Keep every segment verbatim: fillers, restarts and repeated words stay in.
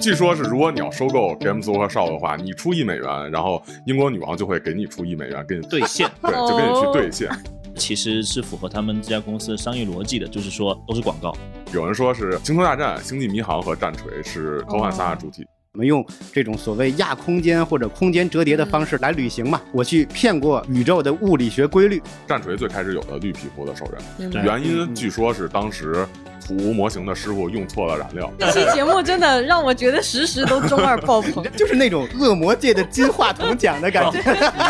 据说是如果你要收购 Games Workshop 的话，你出一美元，然后英国女王就会给你出一美元，给你兑现， 对，就跟你去兑现。 其实是符合他们这家公司的商业逻辑的，就是说都是广告。 有人说是《星球大战》《星际迷航》和《战锤》是科幻三大主体。 我们用这种所谓亚空间或者空间折叠的方式来旅行嘛，我去骗过宇宙的物理学规律。 战锤最开始有的绿皮肤的手刃，原因据说是当时涂模型的师傅用错了燃料。 这期节目真的让我觉得时时都中二爆棚， 就是那种恶魔界的金话筒奖的感觉。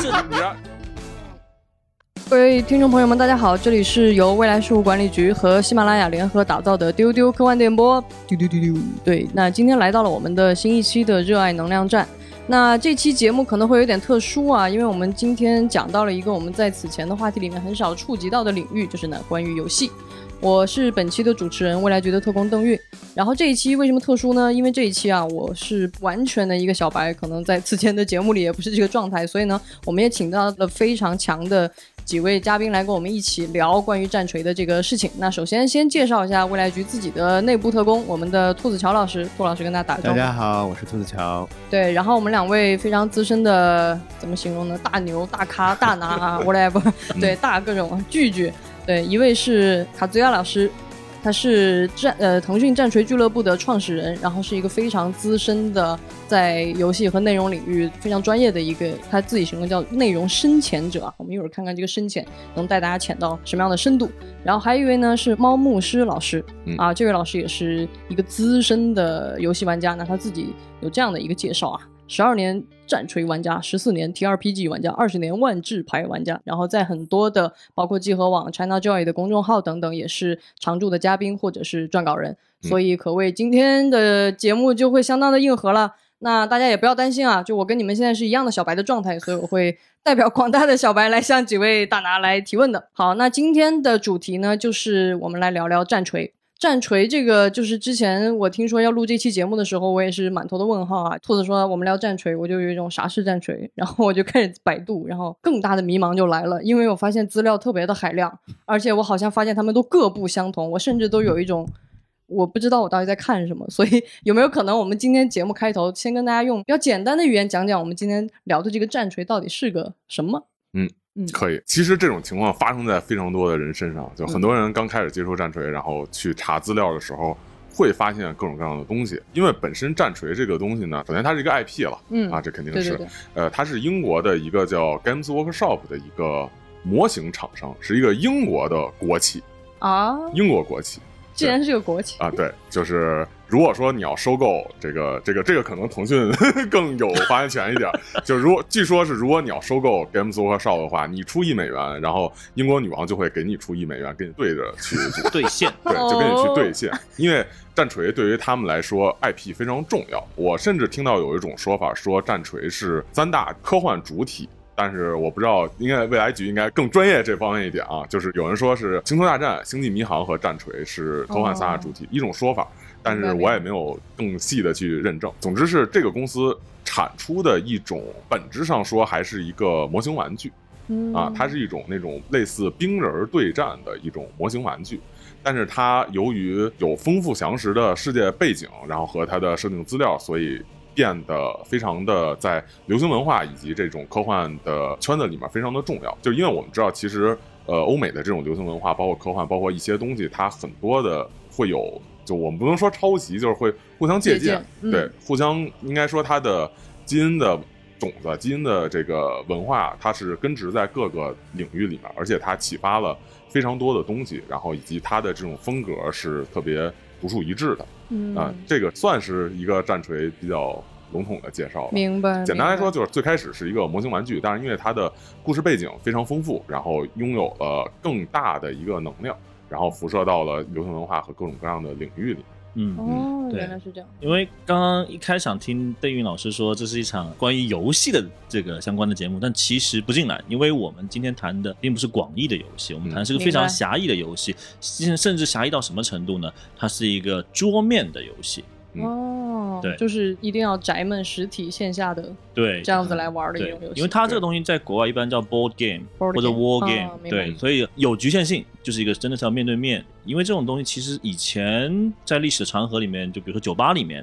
各位听众朋友们大家好，这里是由未来事务管理局和喜马拉雅联合打造的丢丢科幻电波，丢丢丢丢。对，那今天来到了我们的新一期的热爱能量站。那这期节目可能会有点特殊啊，因为我们今天讲到了一个我们在此前的话题里面很少触及到的领域，就是呢关于游戏。我是本期的主持人未来局的特工邓韵。然后这一期为什么特殊呢？因为这一期啊我是完全的一个小白，可能在此前的节目里也不是这个状态，所以呢我们也请到了非常强的几位嘉宾来跟我们一起聊关于战锤的这个事情。那首先先介绍一下未来局自己的内部特工，我们的兔子乔老师，兔老师跟大家打个招呼。 大家好，我是兔子乔。 对，然后我们两位非常资深的，怎么形容呢？大牛、大咖、大拿啊 whatever， 对，大各种巨巨。对，一位是卡兹亚老师，他是战呃腾讯战锤俱乐部的创始人，然后是一个非常资深的在游戏和内容领域非常专业的一个，他自己形容叫内容深潜者。我们一会儿看看这个深潜能带大家潜到什么样的深度。然后还有一位呢是猫牧师老师、嗯、啊，这位老师也是一个资深的游戏玩家，那他自己有这样的一个介绍啊。十二年战锤玩家，十四年 T R P G 玩家，二十年万智牌玩家，然后在很多的包括集合网 ChinaJoy 的公众号等等也是常驻的嘉宾或者是撰稿人、嗯、所以可谓今天的节目就会相当的硬核了。那大家也不要担心啊，就我跟你们现在是一样的小白的状态，所以我会代表广大的小白来向几位大拿来提问的。好，那今天的主题呢就是我们来聊聊战锤。战锤这个就是之前我听说要录这期节目的时候，我也是满头的问号啊。兔子说我们聊战锤，我就有一种啥是战锤，然后我就开始百度，然后更大的迷茫就来了，因为我发现资料特别的海量，而且我好像发现他们都各不相同，我甚至都有一种我不知道我到底在看什么。所以有没有可能我们今天节目开头先跟大家用比较简单的语言讲讲我们今天聊的这个战锤到底是个什么？ 嗯可以。其实这种情况发生在非常多的人身上，就很多人刚开始接触战锤、嗯、然后去查资料的时候会发现各种各样的东西。因为本身战锤这个东西呢，首先它是一个 I P 了，嗯啊，这肯定是对对对呃，它是英国的一个叫 Games Workshop 的一个模型厂商，是一个英国的国企啊，英国国企。 既然是个国企啊，对，就是如果说你要收购这个这个这个可能腾讯更有发言权一点，就如果据说是如果你要收购 Games Workshop 的话，你出一美元，然后英国女王就会给你出一美元，给你对着去兑现， 对，就给你去兑现。因为战锤对于他们来说 I P 非常重要，我甚至听到有一种说法说战锤是三大科幻主体。但是我不知道，应该未来局应该更专业这方面一点啊。就是有人说是《星球大战》《星际迷航》和《战锤》是科幻三大主体、哦、一种说法，但是我也没有更细的去认证。总之是这个公司产出的一种，本质上说还是一个模型玩具、嗯、啊，它是一种那种类似冰人对战的一种模型玩具。但是它由于有丰富详实的世界背景，然后和它的设定资料，所以变得非常的在流行文化以及这种科幻的圈子里面非常的重要。就因为我们知道其实呃欧美的这种流行文化包括科幻包括一些东西，它很多的会有，就我们不能说抄袭，就是会互相借鉴, 借鉴、嗯、对，互相应该说它的基因的种子基因的这个文化它是根植在各个领域里面，而且它启发了非常多的东西，然后以及它的这种风格是特别独树一帜的。嗯啊，这个算是一个战锤比较笼统的介绍了。 明白。 简单来说，就是最开始是一个模型玩具，但是因为它的故事背景非常丰富，然后拥有了更大的一个能量，然后辐射到了流行文化和各种各样的领域里。 嗯哦，原来是这样。 因为刚刚一开场听邓韵老师说这是一场关于游戏的这个相关的节目，但其实不尽然，因为我们今天谈的并不是广义的游戏，我们谈的是个非常狭义的游戏，甚至狭义到什么程度呢？它是一个桌面的游戏。 哦， 对， 就是一定要宅们实体线下的， 对， 这样子来玩的一种游戏。 因为它这个东西在国外一般叫 board game 或者 war game，、哦、对，所以有局限性，就是一个真的是要面对面。因为这种东西其实以前在历史的长河里面，就比如说酒吧里面，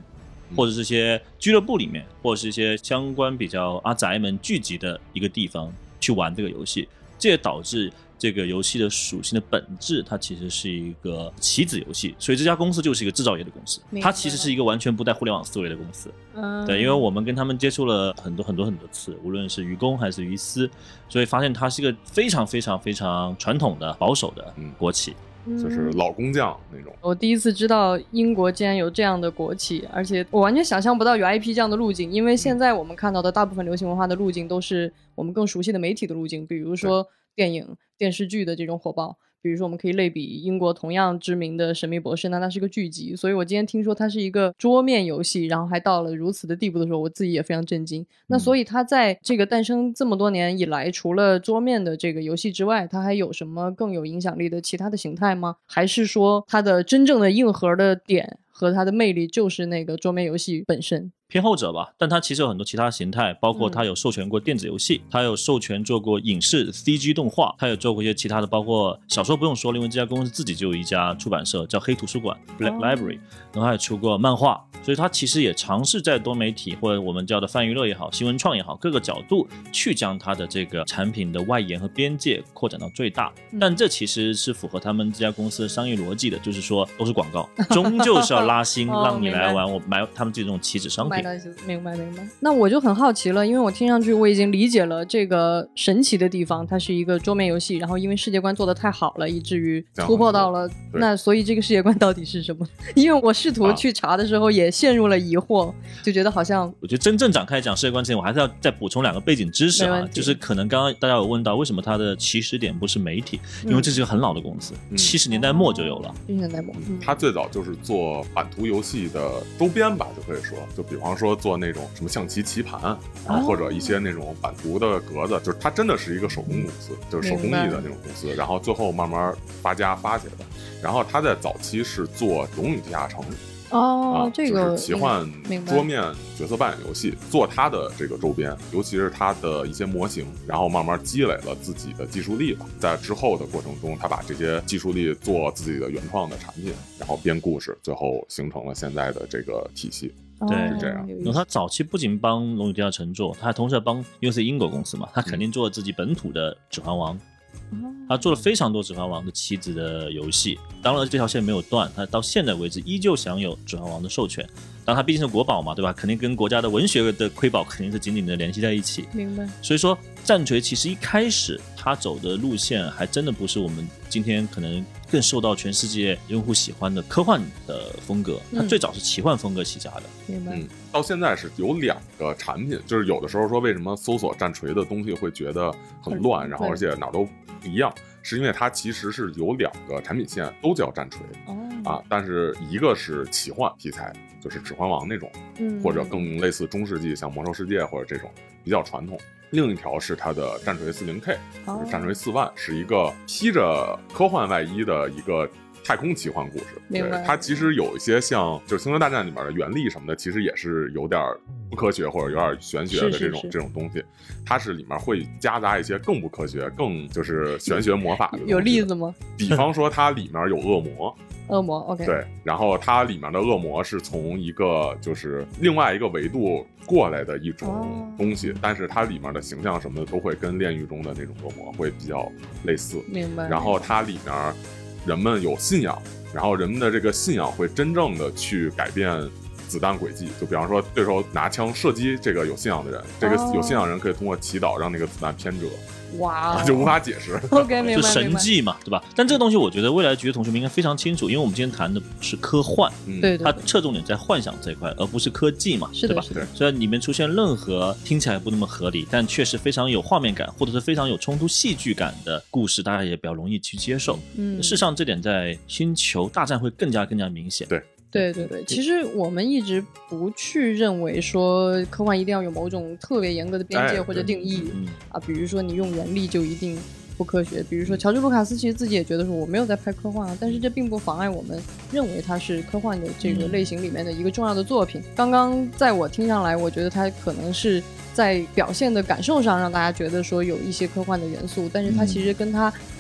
或者是一些俱乐部里面，或者是一些相关比较阿宅们聚集的一个地方去玩这个游戏，这也导致这个游戏的属性的本质，它其实是一个棋子游戏，所以这家公司就是一个制造业的公司，它其实是一个完全不带互联网思维的公司。 嗯， 对，因为我们跟他们接触了很多很多很多次，无论是鱼公还是鱼丝，所以发现它是一个非常非常非常传统的保守的国企。 嗯， 就是老工匠那种。 我第一次知道英国竟然有这样的国企，而且我完全想象不到有 I P 这样的路径，因为现在我们看到的大部分流行文化的路径都是我们更熟悉的媒体的路径，比如说电影、电视剧的这种火爆。比如说我们可以类比英国同样知名的神秘博士，那它是个剧集，所以我今天听说它是一个桌面游戏，然后还到了如此的地步的时候，我自己也非常震惊。那所以它在这个诞生这么多年以来，除了桌面的这个游戏之外，它还有什么更有影响力的其他的形态吗？还是说它的真正的硬核的点和它的魅力就是那个桌面游戏本身？ 偏后者吧，但它其实有很多其他形态，包括它有授权过电子游戏，它有授权做过影视 C G 动画，它有做过一些其他的，包括小说不用说了，因为这家公司自己就有一家出版社叫黑图书馆 Black Library， 然后它也出过漫画，所以它其实也尝试在多媒体或者我们叫的泛娱乐也好，新闻创也好，各个角度去将它的这个产品的外延和边界扩展到最大。但这其实是符合他们这家公司的商业逻辑的，就是说都是广告，终究是要拉新， 哦、 让你来玩我买他们这种棋子商品。 明白明白。那我就很好奇了，因为我听上去我已经理解了这个神奇的地方，它是一个桌面游戏，然后因为世界观做得太好了，以至于突破到了那，所以这个世界观到底是什么？因为我试图去查的时候也陷入了疑惑，就觉得好像我觉得真正展开讲世界观之前，我还是要再补充两个背景知识啊，就是可能刚刚大家有问到为什么它的起始点不是媒体，因为这是一个很老的公司，七十、嗯、年代末就有了。 七十年代末， 嗯，它最早就是做版图游戏的周边吧，就可以说，就比方说做那种什么象棋棋盘，然后或者一些那种版图的格子，就是它真的是一个手工公司，就是手工艺的那种公司，然后最后慢慢发家发起来的。然后它在早期是做《龙与地下城》。 哦， 啊、 这个就是奇幻桌面角色扮演游戏，做它的这个周边，尤其是它的一些模型，然后慢慢积累了自己的技术力吧。在之后的过程中，他把这些技术力做自己的原创的产品，然后编故事，最后形成了现在的这个体系。 对， 是这样。 然后他早期不仅帮《龙与地下城》做，他还同时帮，因为是英国公司嘛，他肯定做自己本土的《指环王》。他做了非常多《指环王》的棋子的游戏，当然这条线没有断，他到现在为止依旧享有《指环王》的授权。当然，它毕竟是国宝嘛，对吧？肯定跟国家的文学的瑰宝肯定是紧紧的联系在一起。 明白。 所以说，战锤其实一开始他走的路线还真的不是我们今天可能更受到全世界用户喜欢的科幻的风格，它最早是奇幻风格起家的。 明白。 嗯，到现在是有两个产品，就是有的时候说为什么搜索战锤的东西会觉得很乱，然后而且哪都不一样，是因为它其实是有两个产品线都叫战锤。哦。啊，但是一个是奇幻题材，就是指环王那种，嗯，或者更类似中世纪，像魔兽世界或者这种比较传统。另一条是它的战锤 四零K， 就是战锤四万，是一个披着科幻外衣的一个太空奇幻故事。对，它其实有一些像就是星球大战里面的原力什么的，其实也是有点不科学或者有点玄学的这种是是是这种东西。它是里面会夹杂一些更不科学、更就是玄学魔法的东西。 有例子吗？ 比方说它里面有恶魔。 恶魔 OK， 对，然后它里面的恶魔是从一个就是另外一个维度过来的一种东西，哦，但是它里面的形象什么的都会跟炼狱中的那种恶魔会比较类似。 明白。 然后它里面人们有信仰，然后人们的这个信仰会真正的去改变子弹轨迹，就比方说对手拿枪射击这个有信仰的人，这个有信仰人可以通过祈祷让那个子弹偏折。 哇， 就无法解释。 OK， 明白， 就神迹嘛，对吧？但这个东西我觉得未来局的同学们应该非常清楚，因为我们今天谈的是科幻， 嗯，对， 它侧重点在幻想这一块，而不是科技嘛， 是的， 对吧？ 是的。 虽然里面出现任何听起来不那么合理，但确实非常有画面感，或者是非常有冲突戏剧感的故事，大家也比较容易去接受。嗯，事实上这点在星球大战会更加更加明显。 对。 对对对，其实我们一直不去认为说科幻一定要有某种特别严格的边界或者定义，哎，啊，比如说你用原力就一定不科学。比如说乔治·卢卡斯其实自己也觉得说我没有在拍科幻啊，但是这并不妨碍我们认为它是科幻的这个类型里面的一个重要的作品。刚刚在我听上来，我觉得它可能是在表现的感受上让大家觉得说有一些科幻的元素，但是它其实跟它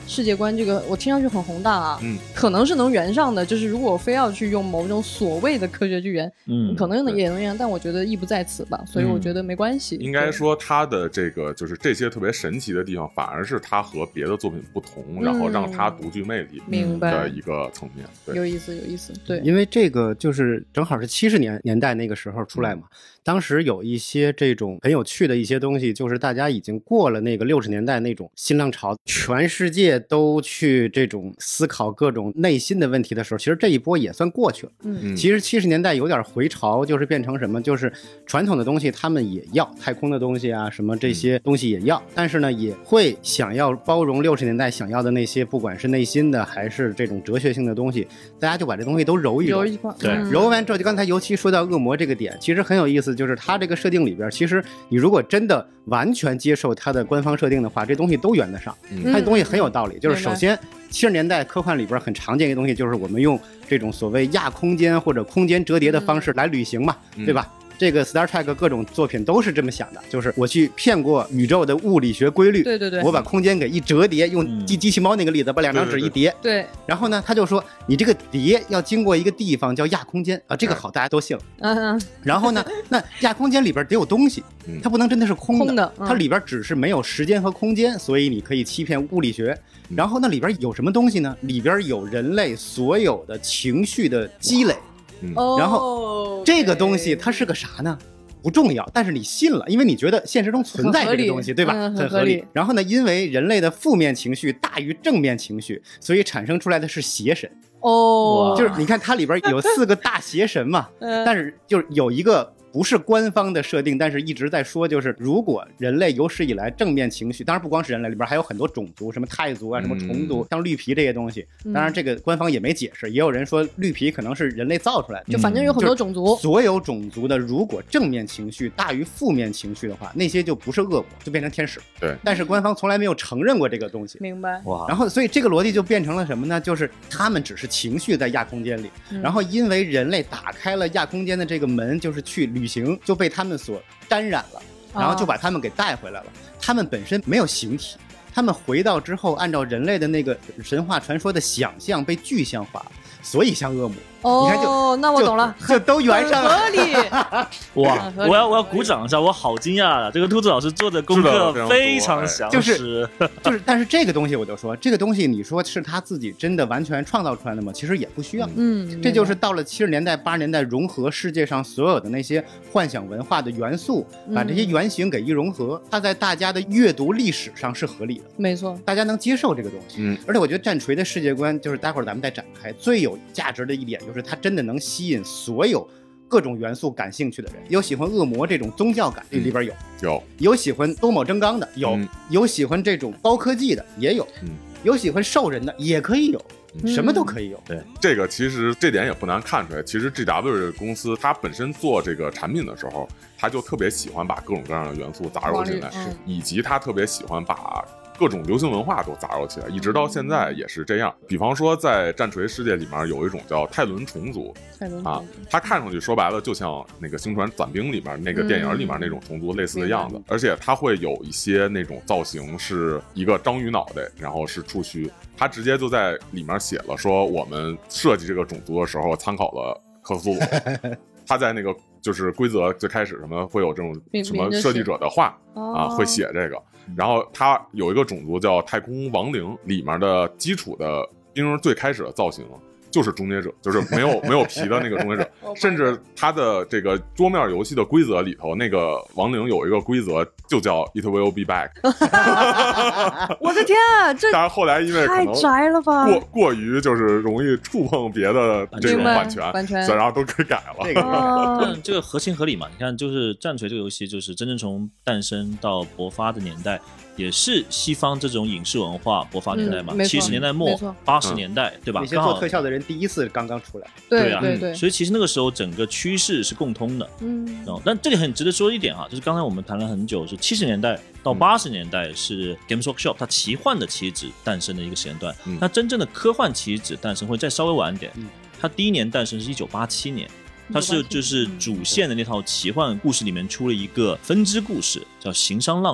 世界观这个我听上去很宏大啊， 嗯， 可能是能圆上的，就是如果非要去用某种所谓的科学去圆， 嗯， 可能也能圆，但我觉得意不在此吧，所以我觉得没关系。 应该说它的这个就是这些特别神奇的地方，反而是它和别的作品不同， 嗯、 然后让它独具魅力的一个层面。对， 有意思，有意思。对， 因为这个就是正好是七十年年代那个时候出来嘛。嗯，当时有一些这种很有趣的一些东西，就是大家已经过了那个六十年代那种新浪潮，全世界都去这种思考各种内心的问题的时候，其实这一波也算过去了。 嗯， 其实七十年代有点回潮，就是变成什么，就是传统的东西他们也要，太空的东西啊，什么这些东西也要，但是呢，也会想要包容六十年代想要的那些，不管是内心的还是这种哲学性的东西，大家就把这东西都揉一揉， 揉一块， 对，嗯、揉完之后，就刚才尤其说到恶魔这个点，其实很有意思。就是它这个设定里边，其实你如果真的完全接受它的官方设定的话，这东西都圆得上。 嗯、 它的东西很有道理，就是首先七十年代科幻里边很常见的东西，就是我们用这种所谓亚空间或者空间折叠的方式来旅行嘛， 嗯、 对吧？这个 Star Trek 各种作品都是这么想的，就是我去骗过宇宙的物理学规律， 对对对， 我把空间给一折叠，用机机器猫那个例子，把两张纸一叠， 对，对， 然后呢，他就说你这个叠要经过一个地方叫亚空间啊，这个好，大家都信了。 嗯， 然后呢，那亚空间里边得有东西，它不能真的是空的， 空的它里边只是没有时间和空间，所以你可以欺骗物理学。然后那里边有什么东西呢？里边有人类所有的情绪的积累。 嗯， 然后这个东西它是个啥呢？不重要，但是你信了，因为你觉得现实中存在这个东西，对吧？ 嗯、 很合理。然后呢，因为人类的负面情绪大于正面情绪，所以产生出来的是邪神。 哦， 就是你看它里边有四个大邪神嘛， 嗯、 但是就是有一个不是官方的设定，但是一直在说，就是如果人类有史以来正面情绪，当然不光是人类，里边还有很多种族，什么太族啊，什么虫族，嗯、像绿皮这些东西，当然这个官方也没解释，也有人说绿皮可能是人类造出来的， 就反正有很多种族， 所有种族的如果正面情绪大于负面情绪的话，那些就不是恶魔，就变成天使。 对， 但是官方从来没有承认过这个东西。 明白。 哇，然后所以这个逻辑就变成了什么呢？就是他们只是情绪在亚空间里， 嗯、 然后因为人类打开了亚空间的这个门，就是去旅行，就被他们所沾染了，然后就把他们给带回来了。哦、他们本身没有形体，他们回到之后，按照人类的那个神话传说的想象被具象化，所以像恶魔。 哦， 你看就那我懂了， 就都圆上了， 合理。 哇，我要我要鼓掌一下，我好惊讶啊！这个兔子老师做的功课非常详实， 就是就是，但是这个东西我就说，这个东西你说是他自己真的完全创造出来的吗？其实也不需要。 嗯， 这就是到了七十年代、八十年代，融合世界上所有的那些幻想文化的元素，把这些原型给一融合，它在大家的阅读历史上是合理的。 没错， 大家能接受这个东西。 嗯， 而且我觉得战锤的世界观，就是待会儿咱们再展开，最有价值的一点就是它真的能吸引所有各种元素感兴趣的人。有喜欢恶魔这种宗教感，这里边有有有喜欢多某真刚的，有、嗯、有喜欢这种高科技的，也有、 嗯、 有喜欢兽人的，也可以有。 嗯、 什么都可以有。 对，这个其实这点也不难看出来。其实 G W 这个公司，它本身做这个产品的时候，它就特别喜欢把各种各样的元素杂糅进来， 嗯、 以及它特别喜欢把各种流行文化都杂糅起来，一直到现在也是这样。比方说，在战锤世界里面有一种叫泰伦虫族啊，它看上去说白了就像那个《星船伞兵》里面那个电影里面那种虫族类似的样子，嗯、而且它会有一些那种造型是一个章鱼脑袋，然后是触须。他直接就在里面写了说，我们设计这个种族的时候参考了克苏鲁。他在那个就是规则最开始什么会有这种什么设计者的话啊，会写这个。然后他有一个种族叫太空亡灵，里面的基础的兵最开始的造型就是终结者，就是没有没有皮的那个终结者。甚至他的这个桌面游戏的规则里头，那个亡灵有一个规则就叫 It will be back。 我的天啊，这当然后来因为可能太宅了吧， 过过于就是容易触碰别的这种版权， 版权， 所以然后都给改了。 这个但这个合情合理嘛？你看，就是战锤这个游戏，就是真正从诞生到勃发的年代，也是西方这种影视文化勃发年代嘛，七十、嗯、年代末、八十年代，对吧？ 那些做特效的人第一次刚刚出来， 对啊， 对对， 所以其实那个时候整个趋势是共通的。嗯，但这里很值得说一点哈，就是刚才我们谈了很久，是七十年代到八十年代是 Games Workshop 它奇幻的棋子诞生的一个时间段，嗯、那真正的科幻棋子诞生会再稍微晚一点，嗯、它第一年诞生是一九八七年。它是就是主线的那套奇幻故事里面出了一个分支故事，叫《行商浪人》。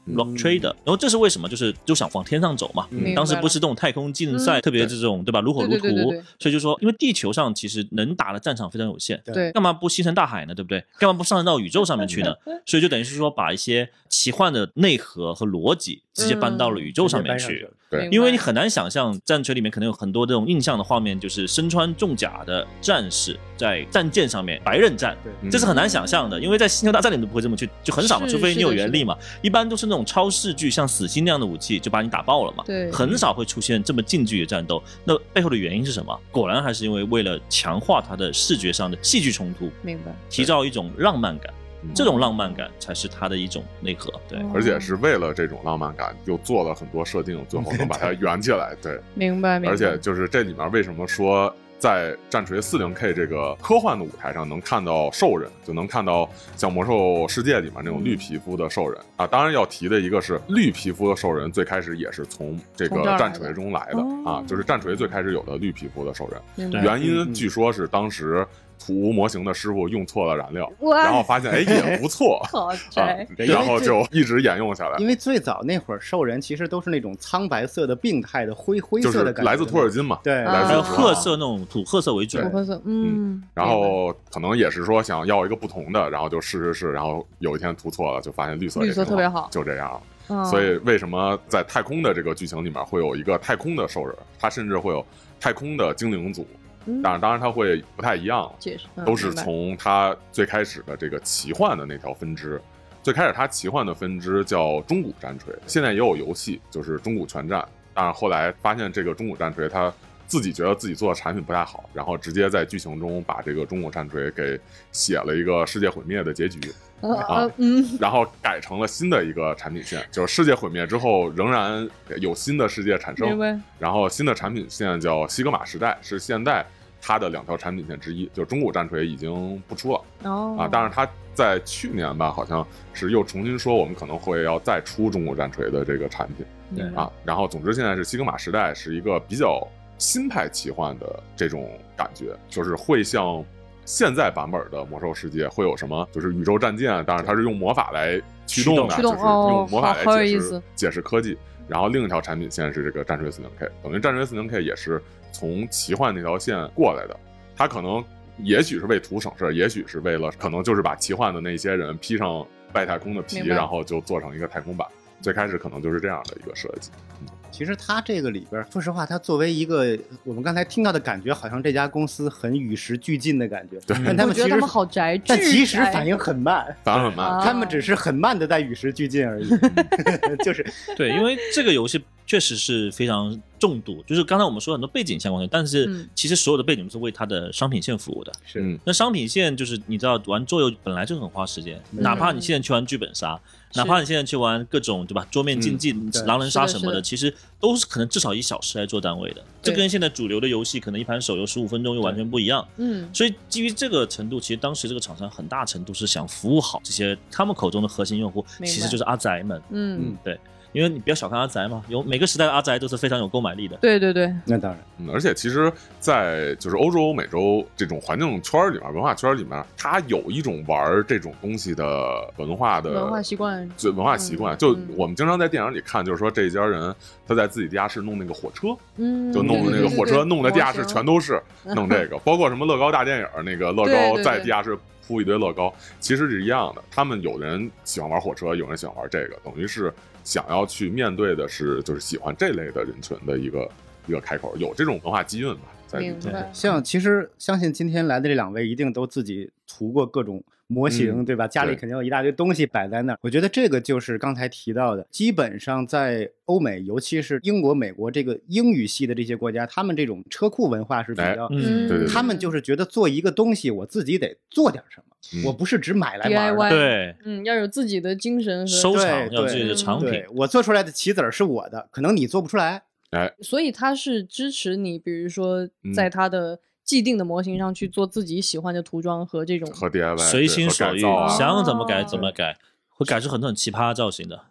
Rock Trader，、嗯、然后这是为什么？就是就想往天上走嘛。 嗯、 当时不是这种太空竞赛、嗯，特别这种对吧，如火如荼， 对对对对对， 所以就说，因为地球上其实能打的战场非常有限， 对， 干嘛不星辰大海呢？对不对？干嘛不上升到宇宙上面去呢？所以就等于是说，把一些奇幻的内核和逻辑直接搬到了宇宙上面去。 嗯、 对， 因为你很难想象战锤里面可能有很多这种印象的画面，就是身穿重甲的战士在战舰上面白刃战，这是很难想象的，因为在星球大战里都不会这么去，就很少嘛，除非你有原力嘛，一般都是那种超视距，像死星那样的武器就把你打爆了嘛， 对， 很少会出现这么近距离的战斗。那背后的原因是什么？果然还是因为为了强化它的视觉上的戏剧冲突， 明白， 提造一种浪漫感。这种浪漫感才是它的一种内核，对， 而且是为了这种浪漫感，又做了很多设定，最后能把它圆起来，对， 明白，明白。 而且就是这里面为什么说在战锤 四零K 这个科幻的舞台上能看到兽人，就能看到像魔兽世界里面那种绿皮肤的兽人、嗯、啊。当然要提的一个是绿皮肤的兽人最开始也是从这个战锤中来的、哦、啊，就是战锤最开始有的绿皮肤的兽人，原因据说是当时涂模型的师傅用错了燃料，然后发现哎也不错好啊，然后就一直沿用下来。 因为最早那会儿兽人其实都是那种苍白色的病态的灰灰色的感觉， 就是来自托尔金嘛， 对， 来自褐色那种土褐色为主， 土褐色，嗯。 然后可能也是说想要一个不同的，然后就试试试，然后有一天涂错了，就发现绿色绿色特别好， 就这样了。嗯、所以为什么在太空的这个剧情里面会有一个太空的兽人，它甚至会有太空的精灵族。当然，当然它会不太一样， 嗯、 都是从它最开始的这个奇幻的那条分支。最开始它奇幻的分支叫中古战锤，现在也有游戏，就是中古全战。但是后来发现这个中古战锤它自己觉得自己做的产品不太好，然后直接在剧情中把这个中古战锤给写了一个世界毁灭的结局。啊，嗯，然后改成了新的一个产品线，就是世界毁灭之后仍然有新的世界产生，然后新的产品线叫西格玛时代，是现代它的两条产品线之一，就是中古战锤已经不出了， 哦， 啊，当然它在去年吧，好像是又重新说我们可能会要再出中古战锤的这个产品， 对啊，然后总之现在是西格玛时代是一个比较新派奇幻的这种感觉，就是会像现在版本的魔兽世界会有什么？就是宇宙战舰，当然它是用魔法来驱动的，就是用魔法来解释、哦、解释科技。然后另一条产品线是这个战锤 四零K， 等于战锤 四零K 也是从奇幻那条线过来的。它可能也许是为图省事，也许是为了可能就是把奇幻的那些人披上外太空的皮，然后就做成一个太空版。最开始可能就是这样的一个设计。嗯， 其实它这个里边，说实话，它作为一个我们刚才听到的感觉，好像这家公司很与时俱进的感觉。 对， 但他们其实我觉得他们好宅， 但其实反应很慢， 反应很慢， 他们只是很慢的在与时俱进而已。就是对，因为这个游戏确实是非常重度，就是刚才我们说很多背景相关的，但是其实所有的背景都是为它的商品线服务的。 是、 嗯，那商品线就是你知道玩桌游本来就很花时间，嗯、哪怕你现在去玩剧本杀，哪怕你现在去玩各种对吧桌面竞技、嗯、狼人杀什么的，其实都是可能至少一小时来做单位的。这跟现在主流的游戏可能一盘手游十五分钟又完全不一样。 嗯， 所以基于这个程度，其实当时这个厂商很大程度是想服务好这些他们口中的核心用户，其实就是阿宅们。 嗯， 对。因为你不要小看阿宅嘛，有每个时代的阿宅都是非常有购买力的。 对对对， 那当然。 嗯，而且其实，在就是欧洲、美洲这种环境圈里面、文化圈里面，它有一种玩这种东西的文化的文化习惯， 就文化习惯。嗯、就我们经常在电影里看，就是说这家人他在自己地下室弄那个火车， 嗯， 就弄那个火车，弄的地下室全都是弄这个，包括什么乐高大电影，那个乐高在地下室铺一堆乐高，其实是一样的。他们有的人喜欢玩火车，有人喜欢玩这个，等于是想要去面对的是就是喜欢这类的人群的一个一个开口，有这种文化基因吧在里面。 像其实相信今天来的这两位一定都自己涂过各种模型、嗯、对吧？家里肯定有一大堆东西摆在那儿。我觉得这个就是刚才提到的，基本上在欧美，尤其是英国、美国这个英语系的这些国家，他们这种车库文化是比较， 哎嗯、对对对， 他们就是觉得做一个东西，我自己得做点什么。嗯、我不是只买来玩 D I Y， 对， 嗯，要有自己的精神和收藏，要有自己的藏品。 我做出来的棋子是我的，可能你做不出来。 哎， 所以他是支持你，比如说在他的既定的模型上去做自己喜欢的涂装和这种和 D I Y 随心所欲， 啊、 想怎么改怎么改，会改出很多很奇葩造型的。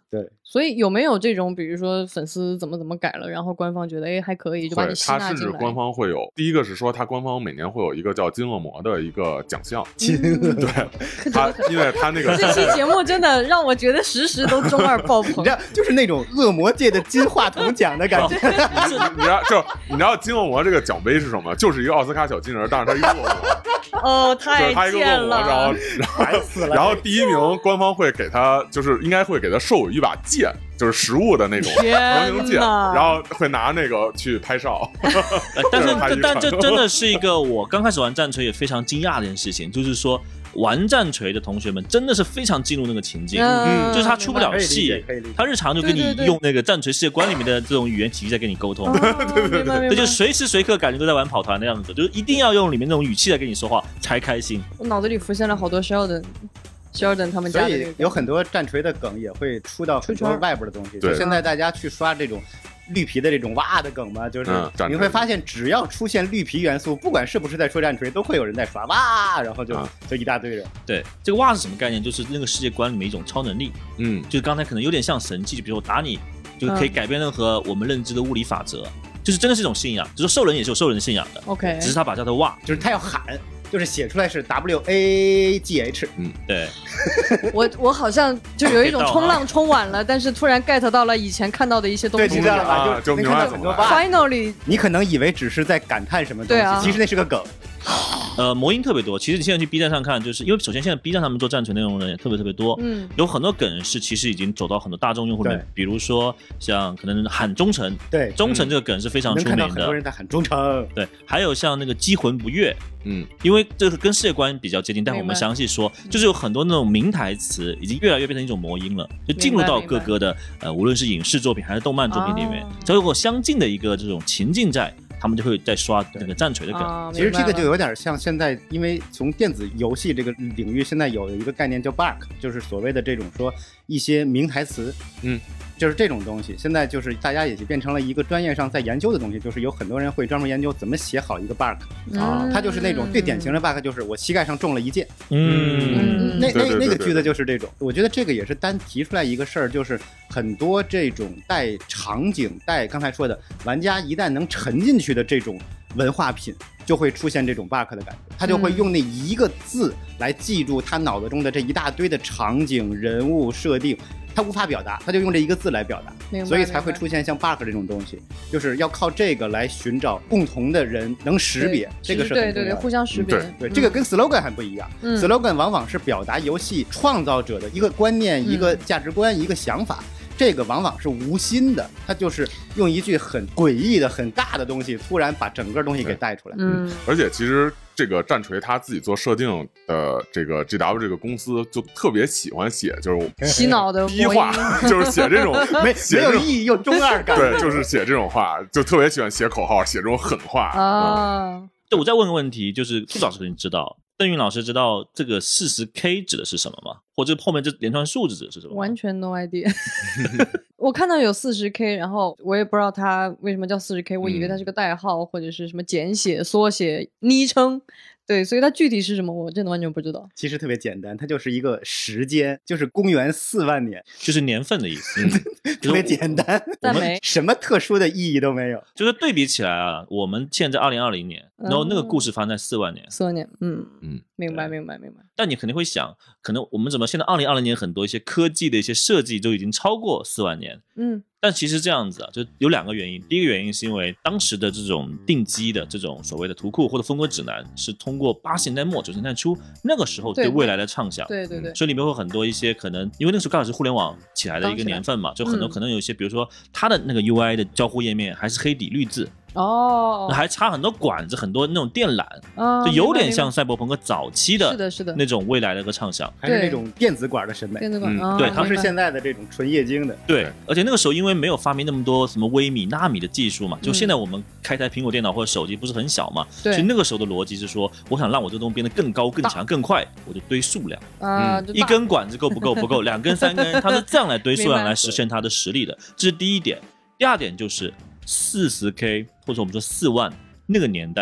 对， 所以有没有这种，比如说粉丝怎么怎么改了，然后官方觉得哎还可以，就把你吸纳进来？ 他甚至官方会有，第一个是说他官方每年会有一个叫金恶魔的一个奖项， 金恶对他，因为他那个这期节目真的让我觉得时时都中二爆棚， 你知道，就是那种恶魔界的金话筒奖的感觉。 你你知道，就你知道金恶魔这个奖杯是什么？就是一个奥斯卡小金人，但是他一个恶魔。 哦，太贱了！ 然后，然后，然后第一名官方会给他，就是应该会给他授予一把剑，就是实物的那种模型剑，然后会拿那个去拍照。 但是，但这真的是一个我刚开始玩战锤也非常惊讶的一件事情，就是说。玩战锤的同学们真的是非常进入那个情境，嗯，就是他出不了戏，他日常就跟你用那个战锤世界观里面的这种语言体系在跟你沟通， 对对对， 这就随时随刻感觉都在玩跑团的样子，就是一定要用里面那种语气来跟你说话才开心。 我脑子里浮现了好多 Sheldon。Sheldon 他们家的， 所以有很多战锤的梗也会出到很多外部的东西。就现在大家去刷这种绿皮的这种哇的梗嘛，就是你会发现，只要出现绿皮元素，不管是不是在说战锤，都会有人在刷哇，然后就、啊、就一大堆人。 对，这个哇是什么概念？就是那个世界观里面一种超能力。嗯，就是刚才可能有点像神器，就比如我打你，就可以改变任何我们认知的物理法则，嗯、就是真的是一种信仰。就是兽人也是有兽人的信仰的。 OK， 只是他把叫做哇， 就是他要喊。就是写出来是 W A G H， 嗯，对。 我我好像就有一种冲浪冲晚了，但是突然 get 到了以前看到的一些东西。 对，知道了吧？ 啊、就明白怎么办。 Finally， 你可能以为只是在感叹什么东西， 啊、 其实那是个梗。 呃，魔音特别多。其实你现在去 B 站上看，就是因为首先现在 B 站他们做战锤内容的人也特别特别多，嗯，有很多梗是其实已经走到很多大众用户里面，比如说像可能喊忠诚， 对， 忠诚这个梗是非常出名的， 很多人在喊忠诚， 对，还有像那个击魂不悦，嗯，因为这个跟世界观比较接近，但我们详细说，就是有很多那种名台词已经越来越变成一种魔音了，就进入到各个的呃，无论是影视作品还是动漫作品里面，只要有相近的一个这种情境在。他们就会在刷那个战锤的梗、 啊、 其实这个就有点像现在，因为从电子游戏这个领域，现在有一个概念叫 bug， 就是所谓的这种说一些名台词，嗯，就是这种东西。现在就是大家也就变成了一个专业上在研究的东西，就是有很多人会专门研究怎么写好一个 bug、嗯、啊，它就是那种最典型的 bug， 就是我膝盖上中了一箭，嗯，那那那个句子就是这种。我觉得这个也是单提出来一个事儿，就是很多这种带场景、带刚才说的玩家一旦能沉进去的这种文化品，就会出现这种 bug 的感觉，他就会用那一个字来记住他脑子中的这一大堆的场景、人物设定，他无法表达，他就用这一个字来表达，所以才会出现像 bug 这种东西，就是要靠这个来寻找共同的人能识别，这个是很重要的。 对对对，互相识别。 对对、嗯，这个跟 slogan 还不一样、嗯、slogan 往往是表达游戏创造者的一个观念、嗯、一个价值观、一个想法。这个往往是无心的，他就是用一句很诡异的、很尬的东西，突然把整个东西给带出来。 嗯，而且其实这个战锤他自己做设定的这个 G W 这个公司就特别喜欢写就是洗脑的逼话，就是写这种没没有意义又中二感。 对，就是写这种话，就特别喜欢写口号，写这种狠话啊。 嗯、对，我再问个问题，就是朱老师肯定知道。邓云老师知道这个 四十K 指的是什么吗？或者后面这连串数字指的是什么？ 完全 no idea 。我看到有 四十K， 然后我也不知道它为什么叫 四十K， 我以为它是个代号、嗯、或者是什么简写、缩写、昵称。对，所以它具体是什么我真的完全不知道。 其实特别简单，它就是一个时间，就是公元四万年， 就是年份的意思。 特别简单， 但没什么特殊的意义都没有。 就是对比起来啊，我们现在二零二零年、嗯、然后那个故事发生在四万年。 四万年，嗯嗯，明白明白明白。 但你肯定会想，可能我们怎么现在二零二零年很多一些科技的一些设计都已经超过四万年。嗯。但其实这样子啊，就有两个原因。第一个原因是因为当时的这种定基的这种所谓的图库或者风格指南是通过八十年代末九十年代初那个时候对未来的畅想， 对对 对, 对， 所以里面会有很多一些可能，因为那个时候刚好是互联网起来的一个年份嘛，就很多可能有一些，比如说它的那个 U I 的交互页面还是黑底绿字。哦，还插很多管子，很多那种电缆，哦、就有点像赛博朋克早期的， 是的，是的， 那种未来的一个畅想， 还是那种电子管的审美， 电子管，嗯、 对， 它不是现在的这种纯液晶的， 对，而且那个时候因为没有发明那么多什么微米、纳米的技术嘛，就现在我们开台苹果电脑或者手机不是很小嘛，所以那个时候的逻辑是说，我想让我这个东西变得更高、更强、更快，我就堆数量，啊、嗯，一根管子够不够？不够，两根、三根，它是这样来堆数量来实现它的实力的，这是第一点。第二点就是。四十 K 或者我们说四万那个年代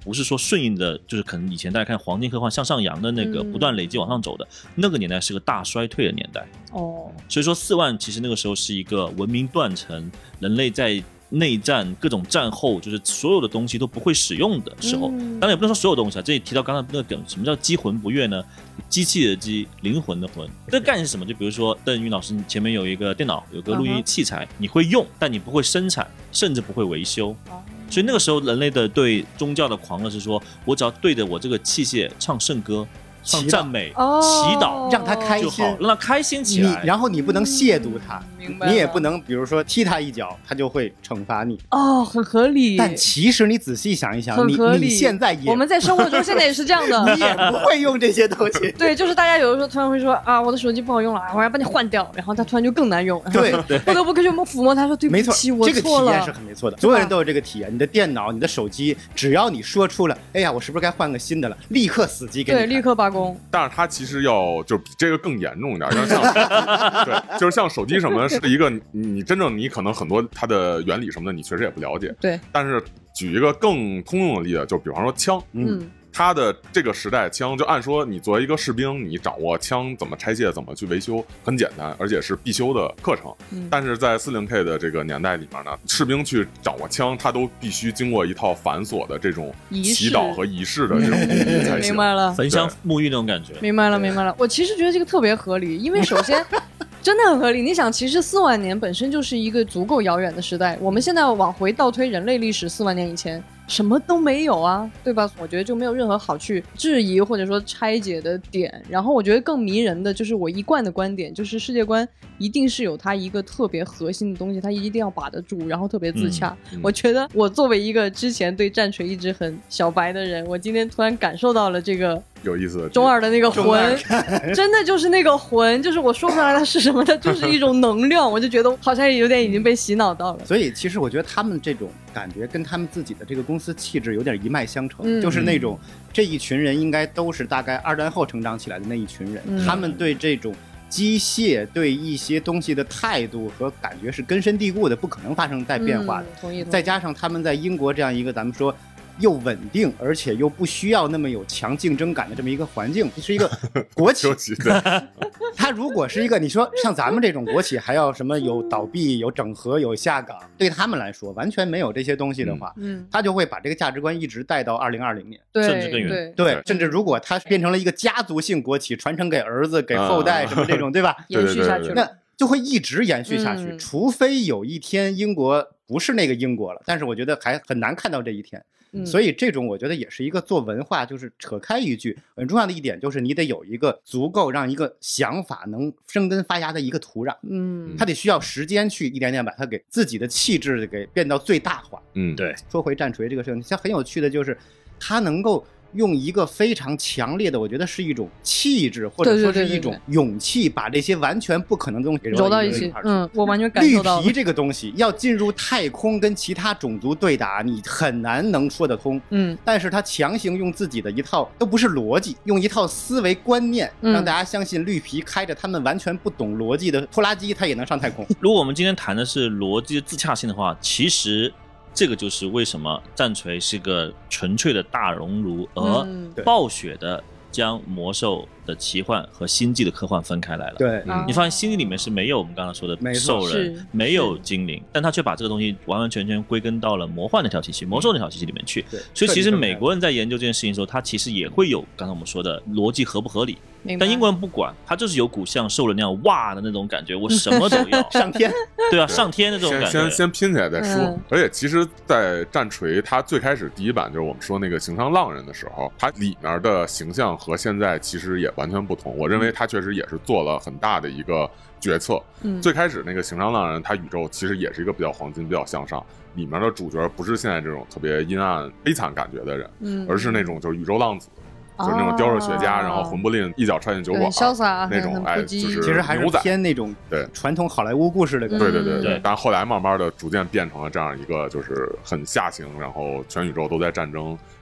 不是说顺应的，就是可能以前大家看黄金科幻向上扬的那个不断累积往上走的、嗯、那个年代是个大衰退的年代哦， 所以说四万其实那个时候是一个文明断层，人类在内战各种战后就是所有的东西都不会使用的时候、嗯、当然也不能说所有东西啊，这里提到刚刚那个梗，什么叫机魂不悦呢？机器的机，灵魂的魂，这个概念是什么？就比如说邓云老师前面有一个电脑，有个录音器材、uh-huh. 你会用，但你不会生产，甚至不会维修、uh-huh. 所以那个时候人类的对宗教的狂热是说，我只要对着我这个器械唱圣歌，唱赞美、哦、祈祷， 让他开心就好，让他开心起来。 然后你不能亵渎他、 嗯、 你也不能比如说踢他一脚，他就会惩罚你。 哦，很合理。 但其实你仔细想一想， 很合理。 你你现在也， 我们在生活中现在也是这样的， 你也不会用这些东西。 对，就是大家有的时候突然会说啊，我的手机不好用了，我要把你换掉，然后他突然就更难用。 对对， 不得不去抚摸他说对不起，我错了。 这个体验是很没错的，所有人都有这个体验。你的电脑、你的手机，只要你说出了，哎呀，我是不是该换个新的了，立刻死机给你。 对，立刻罢工。 但是他其实要就比这个更严重一点，像对，就是像手机什么是一个你真正你可能很多它的原理什么的你确实也不了解， 对。 但是举一个更通用的例子，就比方说枪， 嗯。 它的这个时代枪，就按说你作为一个士兵，你掌握枪怎么拆卸、怎么去维修，很简单，而且是必修的课程。嗯、但是在 四零K 的这个年代里面呢，士兵去掌握枪，他都必须经过一套繁琐的这种祈祷和仪式的这种工艺才行。 明白了， 焚香沐浴那种感觉。 明白了，明白了。我其实觉得这个特别合理，因为首先。真的很合理，你想，其实四万年本身就是一个足够遥远的时代。我们现在往回倒推人类历史四万年以前，什么都没有啊，对吧？我觉得就没有任何好去质疑或者说拆解的点。然后我觉得更迷人的就是我一贯的观点，就是世界观一定是有它一个特别核心的东西，它一定要把得住，然后特别自洽。嗯嗯、我觉得我作为一个之前对战锤一直很小白的人，我今天突然感受到了这个。 有意思的中二的那个魂，真的就是那个魂，就是我说不出来它是什么的，就是一种能量，我就觉得好像有点已经被洗脑到了。 所以其实我觉得他们这种感觉跟他们自己的这个公司气质有点一脉相承， 嗯、 就是那种这一群人应该都是大概二战后成长起来的那一群人，嗯、他们对这种机械对一些东西的态度和感觉是根深蒂固的，不可能发生再变化的。 嗯、同意同意。 再加上他们在英国这样一个咱们说又稳定而且又不需要那么有强竞争感的这么一个环境，是一个国企它如果是一个你说像咱们这种国企还要什么有倒闭有整合有下岗，对他们来说完全没有这些东西的话， 嗯， 他就会把这个价值观一直带到二零二零年， 对， 甚至更远。 对, 对, 对，甚至如果它变成了一个家族性国企，传承给儿子给后代什么这种、啊、对吧， 延续下去了， 那就会一直延续下去、嗯、除非有一天英国不是那个英国了，但是我觉得还很难看到这一天。 嗯、 所以这种我觉得也是一个做文化，就是扯开一句很重要的一点，就是你得有一个足够让一个想法能生根发芽的一个土壤， 嗯， 它得需要时间去一点点把它给自己的气质给变到最大化。 嗯， 对。 说回战锤这个事情，像很有趣的就是它能够用一个非常强烈的，我觉得是一种气质，或者说是一种勇气，把这些完全不可能的东西揉到一起。嗯，我完全感受到了。 绿皮这个东西要进入太空跟其他种族对打，你很难能说得通。 嗯， 但是他强行用自己的一套都不是逻辑，用一套思维观念，让大家相信绿皮开着他们完全不懂逻辑的拖拉机，他也能上太空。 如果我们今天谈的是逻辑自洽性的话，其实。这个就是为什么战锤是个纯粹的大熔炉，而暴雪的将魔兽的奇幻和星际的科幻分开来了。 对， 嗯、你发现星际里面是没有我们刚刚说的兽人，没有精灵，但他却把这个东西完完全全归根到了魔幻那条体系、魔兽那条体系里面去。所以其实美国人在研究这件事情的时候，他其实也会有刚才我们说的逻辑合不合理。但英国人不管，他就是有股像兽人那样哇的那种感觉，我什么都要上天， 对啊，上天的这种感觉。 先先先拼起来再说。嗯、而且其实，在战锤它最开始第一版就是我们说那个行商浪人的时候，它里面的形象和现在其实也完全不同。我认为它确实也是做了很大的一个决策。 嗯， 最开始那个行商浪人，它宇宙其实也是一个比较黄金、比较向上。里面的主角不是现在这种特别阴暗、悲惨感觉的人， 嗯， 而是那种就是宇宙浪子。就是那种雕热血家、哦、然后魂不吝一脚踹进酒馆潇洒那种，哎，就是其实还是偏那种对传统好莱坞故事的感觉。 对对对对。但后来慢慢的逐渐变成了这样一个就是很下行，然后全宇宙都在战争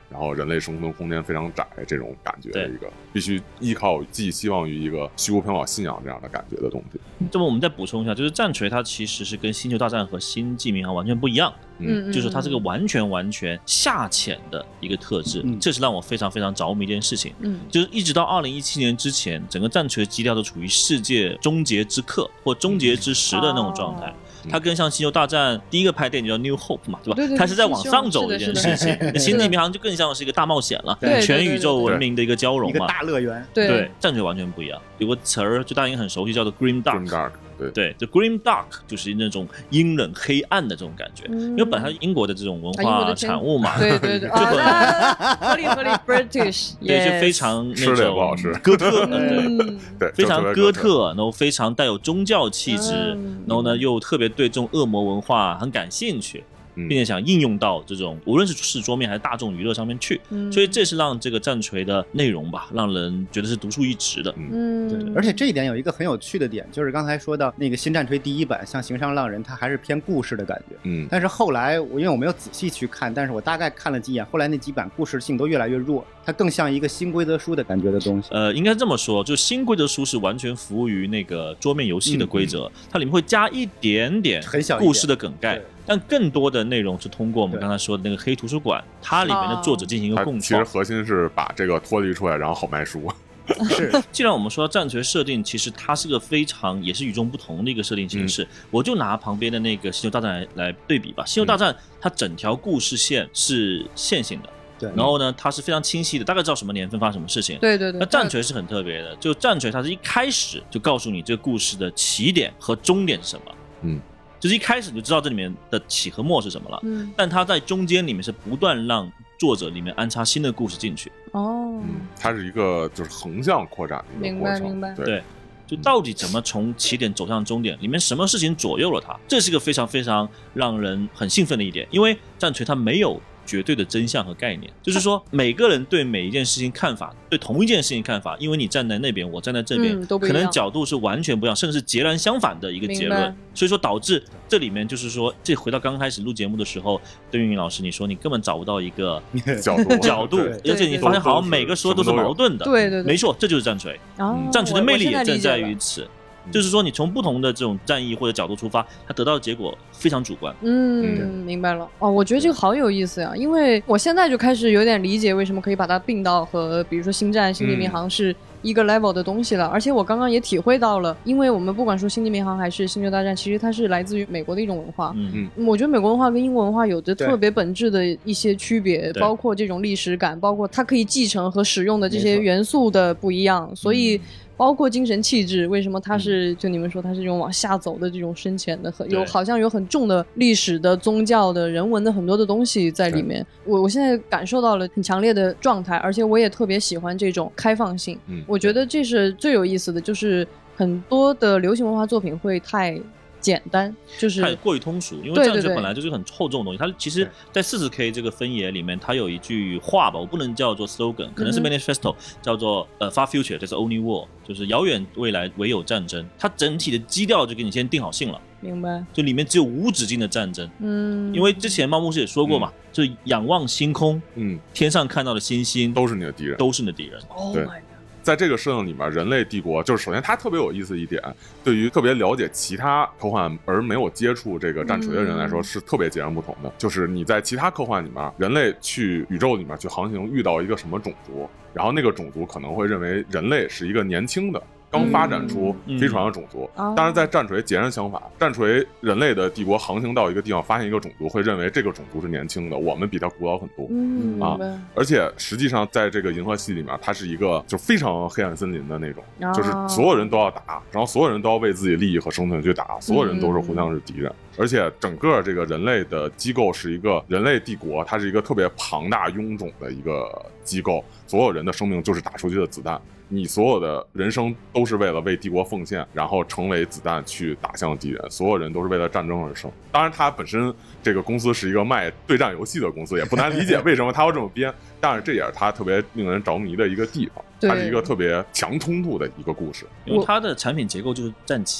然后人类生存空间非常窄这种感觉的一个，必须依靠寄希望于一个虚无缥缈信仰这样的感觉的东西。 这么我们再补充一下，就是战锤它其实是跟星球大战和星际迷航完全不一样， 嗯， 就是它是个完全完全下潜的一个特质， 嗯、 这是让我非常非常着迷的一件事情。 嗯， 就是一直到二零一七年之前，整个战锤的基调都处于世界终结之刻或终结之时的那种状态。 哦它跟像星球大战第一个拍电影叫 New Hope 嘛，对吧？ 对对对， 它是在往上走的一件事情。那星际迷航就更像是一个大冒险了，全宇宙文明的一个交融嘛， 一个大乐园。 对， 对，战锤完全不一样。有个词儿就大家应该很熟悉，叫做 Grim Dark。 Grim Dark， 对对，就 Grim Dark 就是那种阴冷黑暗的这种感觉， 嗯、 因为本来英国的这种文化产物嘛， 啊、对对对， 就很、 啊、合理合理 British， 对，就非常那种吃的也不好吃， 哥特， 嗯、 对对， 非常哥特，然后非常带有宗教气质， 嗯、 然后呢又特别对这种恶魔文化很感兴趣。并且想应用到这种无论是是桌面还是大众娱乐上面去，嗯、所以这是让这个战锤的内容吧，让人觉得是独树一帜的。 嗯， 对。而且这一点有一个很有趣的点，就是刚才说到那个新战锤第一版，像行商浪人，它还是偏故事的感觉。 嗯， 但是后来我因为我没有仔细去看，但是我大概看了几眼，后来那几版故事性都越来越弱，它更像一个新规则书的感觉的东西。 呃，应该这么说，就新规则书是完全服务于那个桌面游戏的规则，嗯嗯、它里面会加一点点故事的梗概。但更多的内容是通过我们刚才说的那个黑图书馆，它里面的作者进行一个共创。 其实核心是把这个脱离出来，然后好卖书。 是， 既然我们说到战锤设定，其实它是个非常也是与众不同的一个设定形式。嗯、我就拿旁边的那个星球大战 来, 来对比吧。星球大战它整条故事线是线性的。 对， 然后呢，它是非常清晰的，大概知道什么年份发生什么事情。 对对对。 那战锤是很特别的，就战锤它是一开始就告诉你这个故事的起点和终点是什么。 嗯。 就是一开始你就知道这里面的起和末是什么了， 嗯， 但它在中间里面是不断让作者里面安插新的故事进去。 哦， 嗯，它是一个就是横向扩展的一个过程， 明白明白。 对，对就到底怎么从起点走向终点，里面什么事情左右了它，这是一个非常非常让人很兴奋的一点，因为战锤它没有绝对的真相和概念，就是说每个人对每一件事情看法，对同一件事情看法，因为你站在那边，我站在这边， 嗯、 可能角度是完全不一样，甚至是截然相反的一个结论。所以说导致这里面就是说，这回到刚开始录节目的时候，邓云云老师你说你根本找不到一个角度， 角度，而且你发现好像每个说都是矛盾的。 对对对， 没错，这就是战锤。 哦、 战锤的魅力也正在于此。就是说，你从不同的这种战役或者角度出发，它得到的结果非常主观。 嗯，嗯明白了。哦，我觉得这个好有意思呀，因为我现在就开始有点理解为什么可以把它并到和比如说星战、星际迷航是一个 level 的东西了。嗯、而且我刚刚也体会到了，因为我们不管说星际迷航还是星球大战，其实它是来自于美国的一种文化。 嗯嗯，我觉得美国文化跟英国文化有着特别本质的一些区别，包括这种历史感，包括它可以继承和使用的这些元素的不一样，所以。嗯包括精神气质，为什么它是就你们说它是这种往下走的这种深浅的，有好像有很重的历史的、宗教的、人文的很多的东西在里面。我我现在感受到了很强烈的状态，而且我也特别喜欢这种开放性。 嗯， 我觉得这是最有意思的，就是很多的流行文化作品会太。简单就是太过于通俗，因为战锤本来就是很厚重的东西。它其实，在 四十K 这个分野里面，它有一句话吧，我不能叫做 slogan， 可能是 manifesto，、嗯、叫做呃 far future there's only war， 就是遥远未来唯有战争。它整体的基调就给你先定好性了， 明白？ 就里面只有无止境的战争。 嗯， 因为之前猫牧师也说过嘛，嗯、就是仰望星空， 嗯， 天上看到的星星都是你的敌人， 都是你的敌人。 Oh 对。在这个设定里面，人类帝国就是首先它特别有意思一点，对于特别了解其他科幻而没有接触这个战锤的人来说，是特别截然不同的。就是你在其他科幻里面，人类去宇宙里面去航行，遇到一个什么种族，然后那个种族可能会认为人类是一个年轻的。刚发展出飞船的种族， 嗯、 当然在战锤截然相反。战锤人类的帝国航行到一个地方，发现一个种族，会认为这个种族是年轻的，我们比它古老很多。 嗯啊，而且实际上在这个银河系里面，它是一个就非常黑暗森林的那种， 哦、 就是所有人都要打，然后所有人都要为自己利益和生存去打，所有人都是互相是敌人。嗯而且整个这个人类的机构是一个人类帝国，它是一个特别庞大臃肿的一个机构，所有人的生命就是打出去的子弹，你所有的人生都是为了为帝国奉献，然后成为子弹去打向敌人，所有人都是为了战争而生。当然它本身这个公司是一个卖对战游戏的公司，也不难理解为什么它要这么编，但是这也是它特别令人着迷的一个地方，它是一个特别强冲突的一个故事。 因为它的产品结构就是战旗，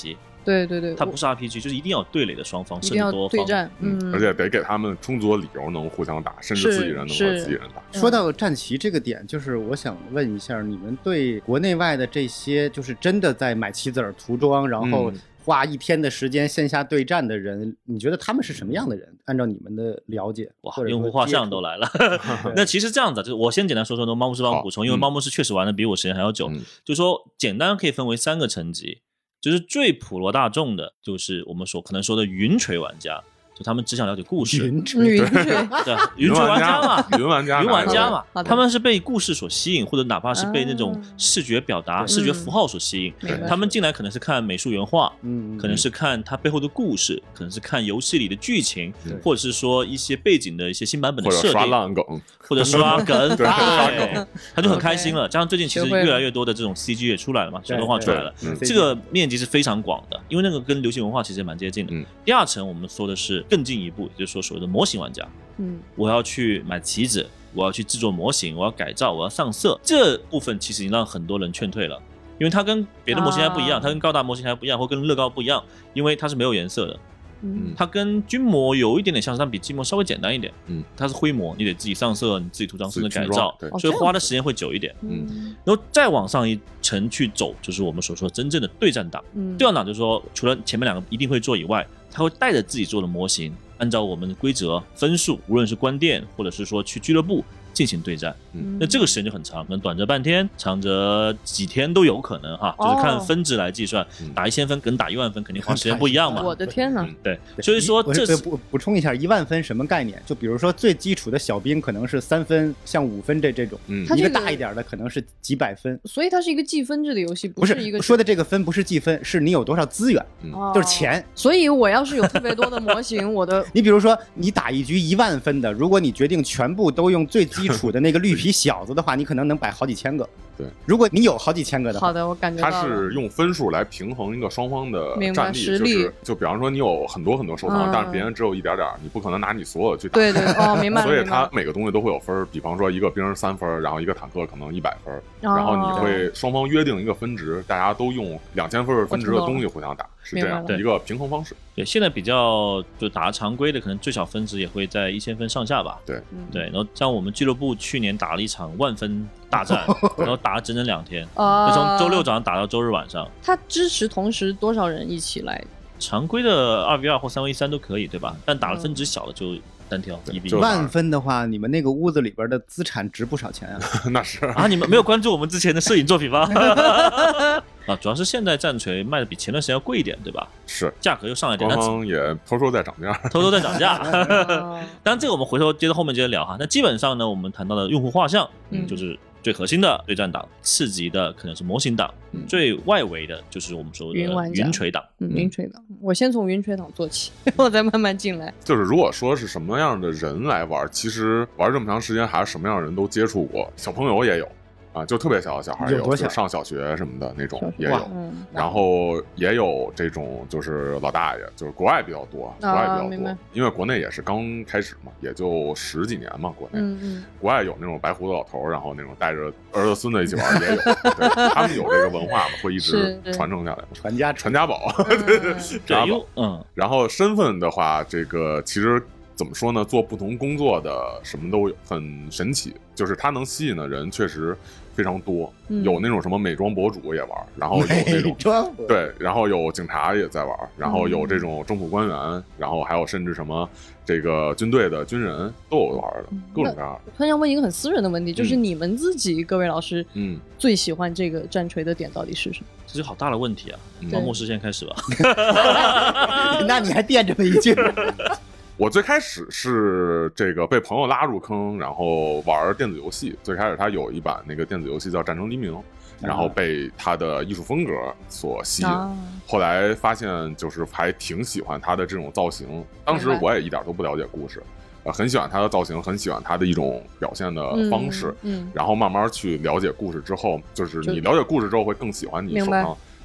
对对对， 它不是 R P G， 就是一定要有对垒的双方， 一定要多方对战，嗯， 而且得给他们充足的理由能互相打，甚至自己人能和自己人打。 说到战棋这个点，就是我想问一下，你们对国内外的这些就是真的在买棋子儿涂装，然后花一天的时间线下对战的人，嗯、你觉得他们是什么样的人？按照你们的了解， 哇，用户画像都来了。那其实这样子，就是我先简单说说猫牧师帮我补充，因为猫牧师确实玩的比我时间还要久。嗯、就是说，简单可以分为三个层级，就是最普罗大众的，就是我们所可能说的云锤玩家。就他们只想了解故事， 云锤， 云锤， 对，云锤玩家嘛， 云玩家， 云玩家嘛，他们是被故事所吸引，或者哪怕是被那种视觉表达、 嗯、 视觉符号所吸引。他们进来可能是看美术原画， 嗯， 可能是看它背后的故事，可能是看游戏里的剧情，或者是说一些背景的一些新版本的设定， 或者刷烂梗， 或者刷梗， 对，刷梗， 他就很开心了。加上最近其实越来越多的这种 C G 也出来了嘛，小动画出来了，这个面积是非常广的，因为那个跟流行文化其实也蛮接近的。第二层我们说的是更进一步。就是说所谓的模型玩家，嗯，我要去买棋子，我要去制作模型，我要改造，我要上色，这部分其实已经让很多人劝退了，因为它跟别的模型还不一样，啊、它跟高达模型还不一样，或跟乐高不一样，因为它是没有颜色的。嗯，它跟军模有一点点相似，但比机模稍微简单一点。嗯，它是灰模，你得自己上色，你自己涂装，甚至改造，所以花的时间会久一点。嗯，然后再往上一层去走，就是我们所说的真正的对战党。嗯，对战党就是说，除了前面两个一定会做以外，他会带着自己做的模型，按照我们的规则分数，无论是关店或者是说去俱乐部进行对战。嗯，那这个时间就很长，可能短则半天，长则几天都有可能哈，就是看分值来计算。哦、打一千分跟打一万分肯定花时间不一样嘛。 我的天哪！ 嗯、对，所以说这是补补充一下，一万分什么概念？就比如说最基础的小兵可能是三分，像五分这这种，嗯，一个大一点的可能是几百分。 所以它是一个计分制的游戏， 不是一个说的这个分不是计分，是你有多少资源，嗯、就是钱。 所以我要是有特别多的模型，我的你比如说你打一局一万分的，如果你决定全部都用最基础的那个绿皮小子的话，你可能能摆好几千个。 对， 如果你有好几千个的话， 好的，我感觉到它是用分数来平衡一个双方的战力，就是就比方说你有很多很多收藏，嗯、但是别人只有一点点，你不可能拿你所有去打。 对对，哦，明白。 所以它每个东西都会有分，比方说一个兵三分，然后一个坦克可能一百分，哦、然后你会双方约定一个分值，大家都用两千分分值的东西互相打，是这样的一个平衡方式。 对，现在比较就打常规的，可能最小分值也会在一千分上下吧。 对， 嗯、对。然后像我们俱乐部去年打了一场万分大战，然后打了整整两天，就从周六早上打到周日晚上。 它支持同时多少人一起来？ 常规的二 v 二或三 v 三都可以，对吧？但打了分值小的就单挑一比一。 万分的话，你们那个屋子里边的资产值不少钱啊。 那是啊，你们没有关注我们之前的摄影作品吗？啊，主要是现在战锤卖的比前段时间要贵一点，对吧？ 是， 价格又上来一点， 官方也偷偷在涨价， 偷偷在涨价。当然，这个我们回头接着后面接着聊哈。那基本上呢，我们谈到的用户画像，嗯，就是最核心的对战党，次级的可能是模型党，嗯、最外围的就是我们说的云锤党。 嗯，云锤党，我先从云锤党做起，我再慢慢进来。 就是如果说是什么样的人来玩，其实玩这么长时间，还是什么样的人都接触过，小朋友也有。啊，就特别小的小孩有，有就上小学什么的那种也有，嗯、然后也有这种就是老大爷，就是国外比较多，国外比较多，因为国内也是刚开始嘛，也就十几年嘛，国内，嗯嗯、国外有那种白胡子老头，然后那种带着儿子孙子一起玩也有，对，他们有这个文化嘛，会一直传承下来嘛， 传家传家宝，对对对，传家宝， 嗯， 然后身份的话，这个其实。怎么说呢？做不同工作的什么都有，很神奇。就是他能吸引的人确实非常多，嗯、有那种什么美妆博主也玩，然后有那种对，然后有警察也在玩，然后有这种政府官员，嗯、然后还有甚至什么这个军队的军人都有玩的，各种各样的。 我突然想问一个很私人的问题，就是你们自己、嗯、各位老师，嗯，最喜欢这个战锤的点到底是什么？ 这是好大的问题啊！毛牧师先开始吧。 那你还垫这么一句？ 我最开始是这个被朋友拉入坑，然后玩电子游戏。最开始他有一版那个电子游戏叫《战争黎明》，然后被他的艺术风格所吸引。啊、后来发现就是还挺喜欢他的这种造型。当时我也一点都不了解故事，呃，很喜欢他的造型，很喜欢他的一种表现的方式。嗯，嗯然后慢慢去了解故事之后，就是你了解故事之后会更喜欢你手上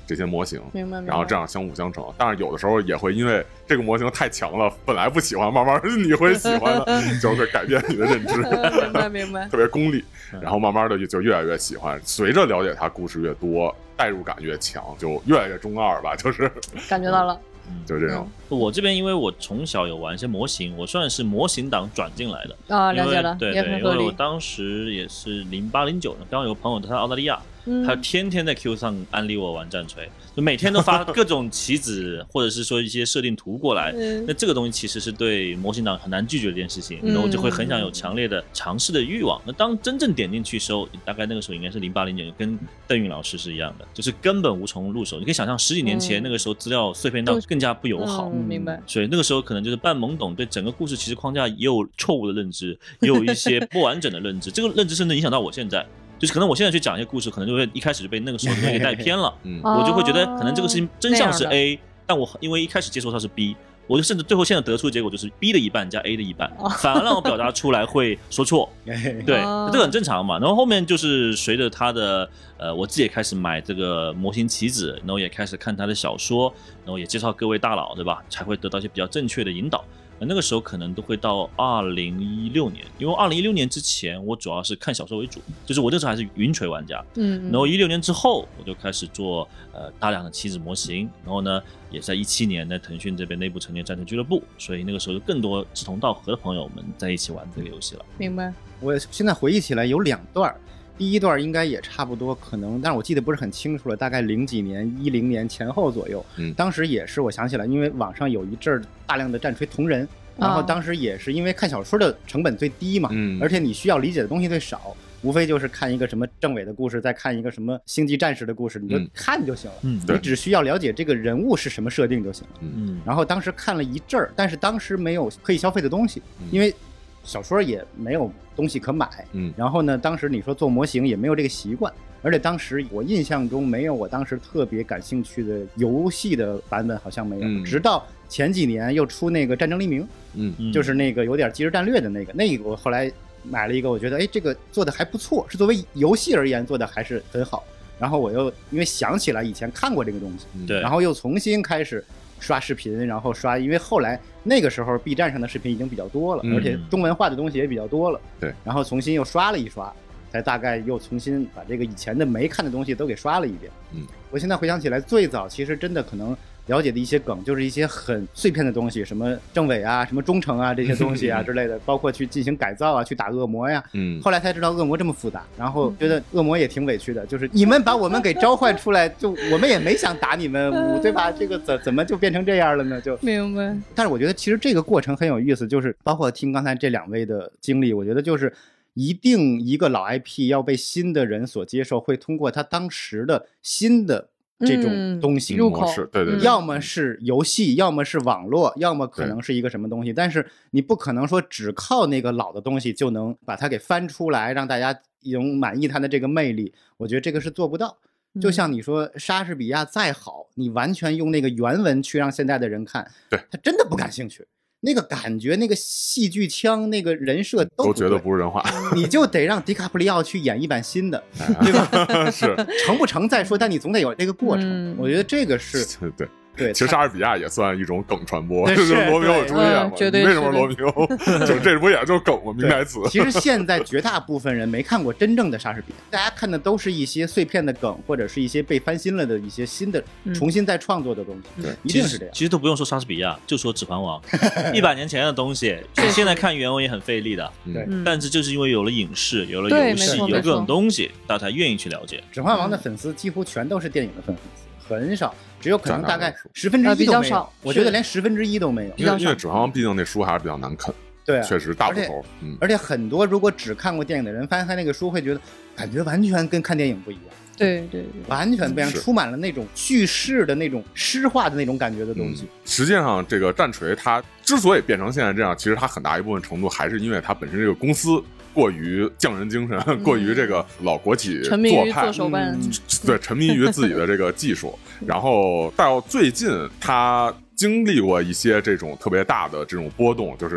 这些模型， 明白， 然后这样相辅相成。但是有的时候也会因为这个模型太强了，本来不喜欢，慢慢你会喜欢的，就会改变你的认知。 明白明白， 特别功利，然后慢慢的就越来越喜欢。随着了解他故事越多，代入感越强，就越来越中二吧，就是感觉到了。 就是这种、 嗯。我这边因为我从小有玩一些模型，我算是模型党转进来的啊，了解了， 对对，因为我当时也是零八零九年，刚好有个朋友他在澳大利亚，嗯、他天天在 Q 上安利我玩战锤，就每天都发各种棋子或者是说一些设定图过来。嗯、那这个东西其实是对模型党很难拒绝的一件事情，嗯、然后就会很想有强烈的尝试的欲望。那当真正点进去的时候，大概那个时候应该是零八零九年，跟邓韵老师是一样的，就是根本无从入手。你可以想象十几年前、嗯、那个时候资料碎片到更加不友好。 嗯明白， 所以那个时候可能就是半懵懂，对整个故事其实框架也有错误的认知，也有一些不完整的认知。这个认知甚至影响到我现在，就是可能我现在去讲一些故事，可能就会一开始就被那个时候的东西带偏了。嗯，我就会觉得可能这个事情真相是 A，、哦、但我因为一开始接受它是 B， 我就甚至最后现在得出的结果就是 B 的一半加 A 的一半，哦、反而让我表达出来会说错。对，哦、这个很正常嘛。然后后面就是随着他的呃，我自己也开始买这个模型棋子，然后也开始看他的小说，然后也介绍各位大佬，对吧？才会得到一些比较正确的引导。那个时候可能都会到二零一六年，因为二零一六年之前我主要是看小说为主，就是我那时候还是云锤玩家。嗯，然后一六年之后我就开始做呃大量的棋子模型，然后呢也在一七年在腾讯这边内部成立战锤俱乐部，所以那个时候就更多志同道合的朋友们在一起玩这个游戏了。 明白。 我现在回忆起来有两段。第一段应该也差不多，可能，但是我记得不是很清楚了，大概零几年、一零年前后左右。嗯，当时也是，我想起来，因为网上有一阵儿大量的战锤同人，然后当时也是因为看小说的成本最低嘛，嗯，而且你需要理解的东西最少，无非就是看一个什么政委的故事，再看一个什么星际战士的故事，你就看就行了。嗯，你只需要了解这个人物是什么设定就行了。嗯，然后当时看了一阵儿，但是当时没有可以消费的东西，因为小说也没有东西可买，嗯，然后呢，当时你说做模型也没有这个习惯，而且当时我印象中没有我当时特别感兴趣的游戏的版本，好像没有，嗯、直到前几年又出那个《战争黎明》，嗯，就是那个有点即时战略的那个，那个我后来买了一个，我觉得哎，这个做的还不错，是作为游戏而言做的还是很好。然后我又因为想起来以前看过这个东西，对，然后又重新开始刷视频，然后刷，因为后来那个时候 B 站上的视频已经比较多了，嗯、而且中文化的东西也比较多了，对，然后重新又刷了一刷，才大概又重新把这个以前的没看的东西都给刷了一遍。嗯，我现在回想起来，最早其实真的可能了解的一些梗就是一些很碎片的东西，什么政委啊，什么忠诚啊这些东西啊之类的，包括去进行改造啊，去打恶魔呀。嗯，后来才知道恶魔这么复杂，然后觉得恶魔也挺委屈的，就是你们把我们给召唤出来，就我们也没想打你们，对吧？这个怎怎么就变成这样了呢？就明白。 但是我觉得其实这个过程很有意思，就是包括听刚才这两位的经历，我觉得就是一定一个老 I P 要被新的人所接受，会通过他当时的新的这种东西入口， 对对对， 要么是游戏，要么是网络，要么可能是一个什么东西，但是你不可能说只靠那个老的东西就能把它给翻出来，让大家能满意它的这个魅力，我觉得这个是做不到。就像你说莎士比亚再好，你完全用那个原文去让现在的人看，对，他真的不感兴趣。那个感觉，那个戏剧腔，那个人设 都, 都觉得不是人话， 你就得让迪卡普里奥去演一版新的，对吧？ 是成不成再说，但你总得有这个过程。嗯、我觉得这个是对对。 其实莎士比亚也算一种梗传播，就是罗密欧与朱丽叶嘛。 嗯、 为什么罗密欧？就这不也就是梗吗？名台词。 其实现在绝大部分人没看过真正的莎士比亚，大家看的都是一些碎片的梗，或者是一些被翻新了的一些新的、嗯、重新再创作的东西。对，一定是这样。 其实都不用说莎士比亚，就说《指环王》，一百年前的东西，现在看原文也很费力的。对，但是就是因为有了影视，有了游戏，有各种东西，大家才愿意去了解。 《指环王》的粉丝几乎全都是电影的粉丝，很少。只有可能大概十分之一都没有、呃、我觉得连十分之一都没有， 因为因为《指环王》毕竟那书还是比较难啃， 对、啊， 确实大部头。 嗯，而且很多如果只看过电影的人，翻开那个书会觉得感觉完全跟看电影不一样。 对对对， 完全不一样，充满了那种叙事的那种诗化的那种感觉的东西。 嗯、实际上，这个战锤它之所以变成现在这样，其实它很大一部分程度还是因为它本身这个公司过于匠人精神，嗯、过于这个老国企做派， 沉迷于做手办， 嗯、对，沉迷于自己的这个技术。然后到最近，它经历过一些这种特别大的这种波动，就是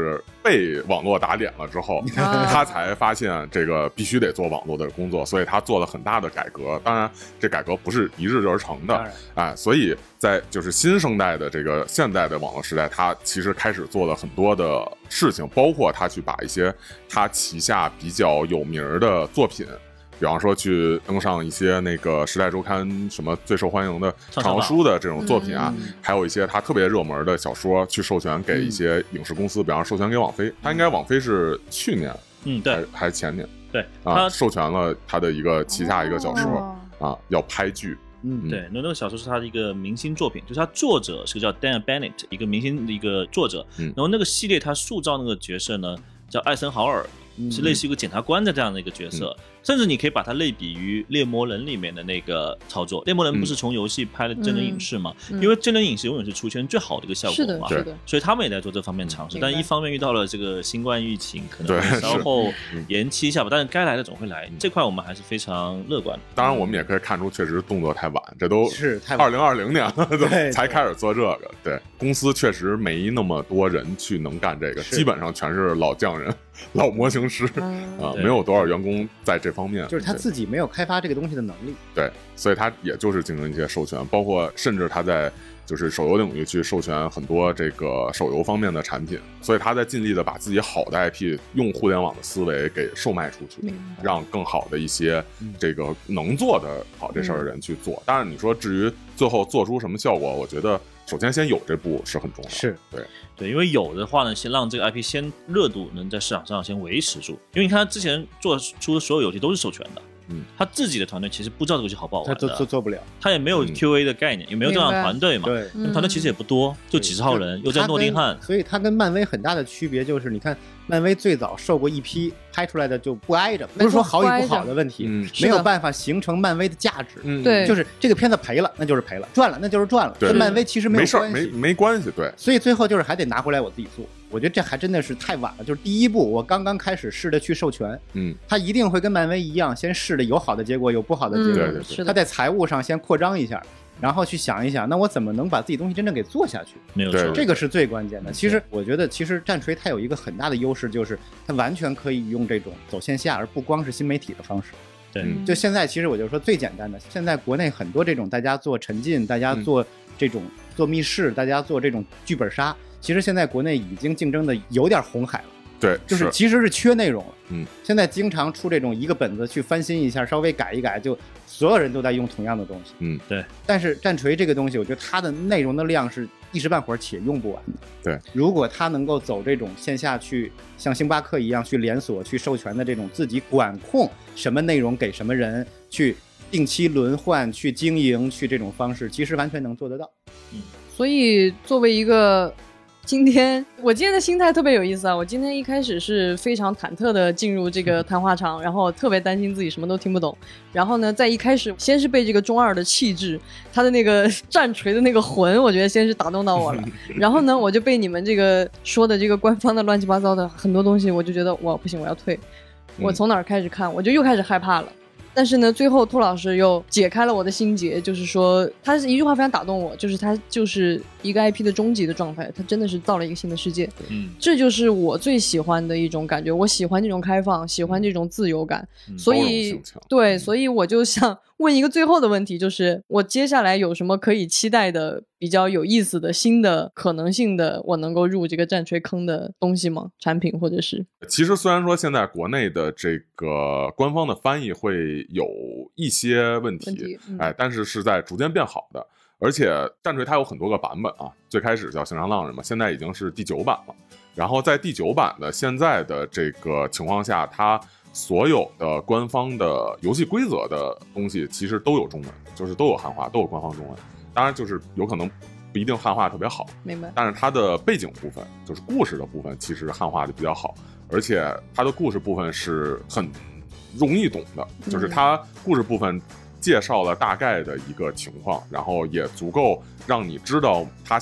被网络打脸了之后，他才发现这个必须得做网络的工作，所以他做了很大的改革。当然，这改革不是一日而成的，哎，所以在就是新生代的这个现代的网络时代，他其实开始做了很多的事情，包括他去把一些他旗下比较有名的作品。比方说去登上一些那个时代周刊什么最受欢迎的畅销书的这种作品啊，嗯、还有一些他特别热门的小说去授权给一些影视公司，嗯、比方授权给网飞，他应该网飞是去年， 嗯对， 还还是前年， 对啊，授权了他的一个旗下一个小说、哦、啊，要拍剧。 嗯，对，那那个小说是他的一个明星作品，就是他作者是个叫 Dan Bennett 一个明星的一个作者，嗯、然后那个系列他塑造那个角色呢叫艾森豪尔。是类似于一个检察官的这样的一个角色、嗯、甚至你可以把它类比于猎魔人里面的那个操作。猎魔人不是从游戏拍了真人影视吗、嗯、因为真人影视永远是出圈最好的一个效果嘛， 是的，是的， 所以他们也在做这方面尝试，但一方面遇到了这个新冠疫情可能会稍后延期一下吧，但是该来的总会来，这块我们还是非常乐观的。 当然我们也可以看出确实动作太晚，这都是二零二零年才开始做这个，对，公司确实没那么多人去能干这个，基本上全是老匠人老模型师、嗯、啊，没有多少员工在这方面， 就是他自己没有开发这个东西的能力。 对，所以他也就是进行一些授权，包括甚至他在就是手游领域去授权很多这个手游方面的产品，所以他在尽力的把自己好的 I P 用互联网的思维给售卖出去，让更好的一些这个能做的好这事儿的人去做。当然你说至于最后做出什么效果，我觉得首先先有这步是很重要的， 是对对，因为有的话呢，先让这个 I P 先热度能在市场上先维持住，因为你看他之前做出的所有游戏都是授权的，嗯，他自己的团队其实不知道这个游戏好不好玩的， 他做做做不了， 他也没有 Q A 的概念，嗯、也没有这样的团队嘛， 对， 团队其实也不多，就几十号人，又在诺丁汉， 所以他跟漫威很大的区别就是，你看漫威最早受过一批拍出来的就不挨着，不是说好与不好的问题，嗯、没有办法形成漫威的价值， 嗯、 对， 就是这个片子赔了那就是赔了，赚了那就是赚了，跟漫威其实没有关系， 没没没关系，对， 所以最后就是还得拿回来我自己做。我觉得这还真的是太晚了，就是第一步我刚刚开始试着去授权，嗯，他一定会跟漫威一样，先试的有好的结果有不好的结果， 嗯、 他在财务上先扩张一下，然后去想一想，那我怎么能把自己东西真正给做下去？ 没有错， 这个是最关键的。其实我觉得，其实战锤它有一个很大的优势，就是它完全可以用这种走线下，而不光是新媒体的方式。 对， 就现在其实我就说最简单的，现在国内很多这种大家做沉浸，大家做这种、嗯、做密室，大家做这种剧本杀。其实现在国内已经竞争的有点红海了， 对， 就是其实是缺内容了。嗯，现在经常出这种一个本子去翻新一下，稍微改一改，就所有人都在用同样的东西。 嗯，对。 但是战锤这个东西，我觉得它的内容的量是一时半会儿且用不完的。 对， 如果它能够走这种线下去，像星巴克一样去连锁、去授权的这种自己管控什么内容给什么人，去定期轮换、去经营、去这种方式，其实完全能做得到。 嗯，所以作为一个。今天我今天的心态特别有意思啊！我今天一开始是非常忐忑的进入这个谈话场，然后特别担心自己什么都听不懂。然后呢，在一开始先是被这个中二的气质，他的那个战锤的那个魂，我觉得先是打动到我了。然后呢，我就被你们这个说的这个官方的乱七八糟的很多东西，我就觉得哇不行，我要退。我从哪儿开始看，我就又开始害怕了。但是呢，最后兔老师又解开了我的心结，就是说他一句话非常打动我，就是他就是一个 I P 的终极的状态，他真的是造了一个新的世界。嗯，这就是我最喜欢的一种感觉，我喜欢这种开放，喜欢这种自由感。嗯、所以对，所以我就想问一个最后的问题，就是我接下来有什么可以期待的比较有意思的新的可能性的，我能够入这个战锤坑的东西吗？产品或者是？ 其实虽然说现在国内的这个官方的翻译会有一些问题， 问题嗯、 哎，但是是在逐渐变好的。而且战锤它有很多个版本啊，最开始叫行商浪人嘛，现在已经是第九版了。然后在第九版的现在的这个情况下，它所有的官方的游戏规则的东西其实都有中文，就是都有汉化，都有官方中文。当然就是有可能不一定汉化特别好， 明白。 但是它的背景部分，就是故事的部分，其实汉化的比较好，而且它的故事部分是很容易懂的，就是它故事部分介绍了大概的一个情况，然后也足够让你知道他想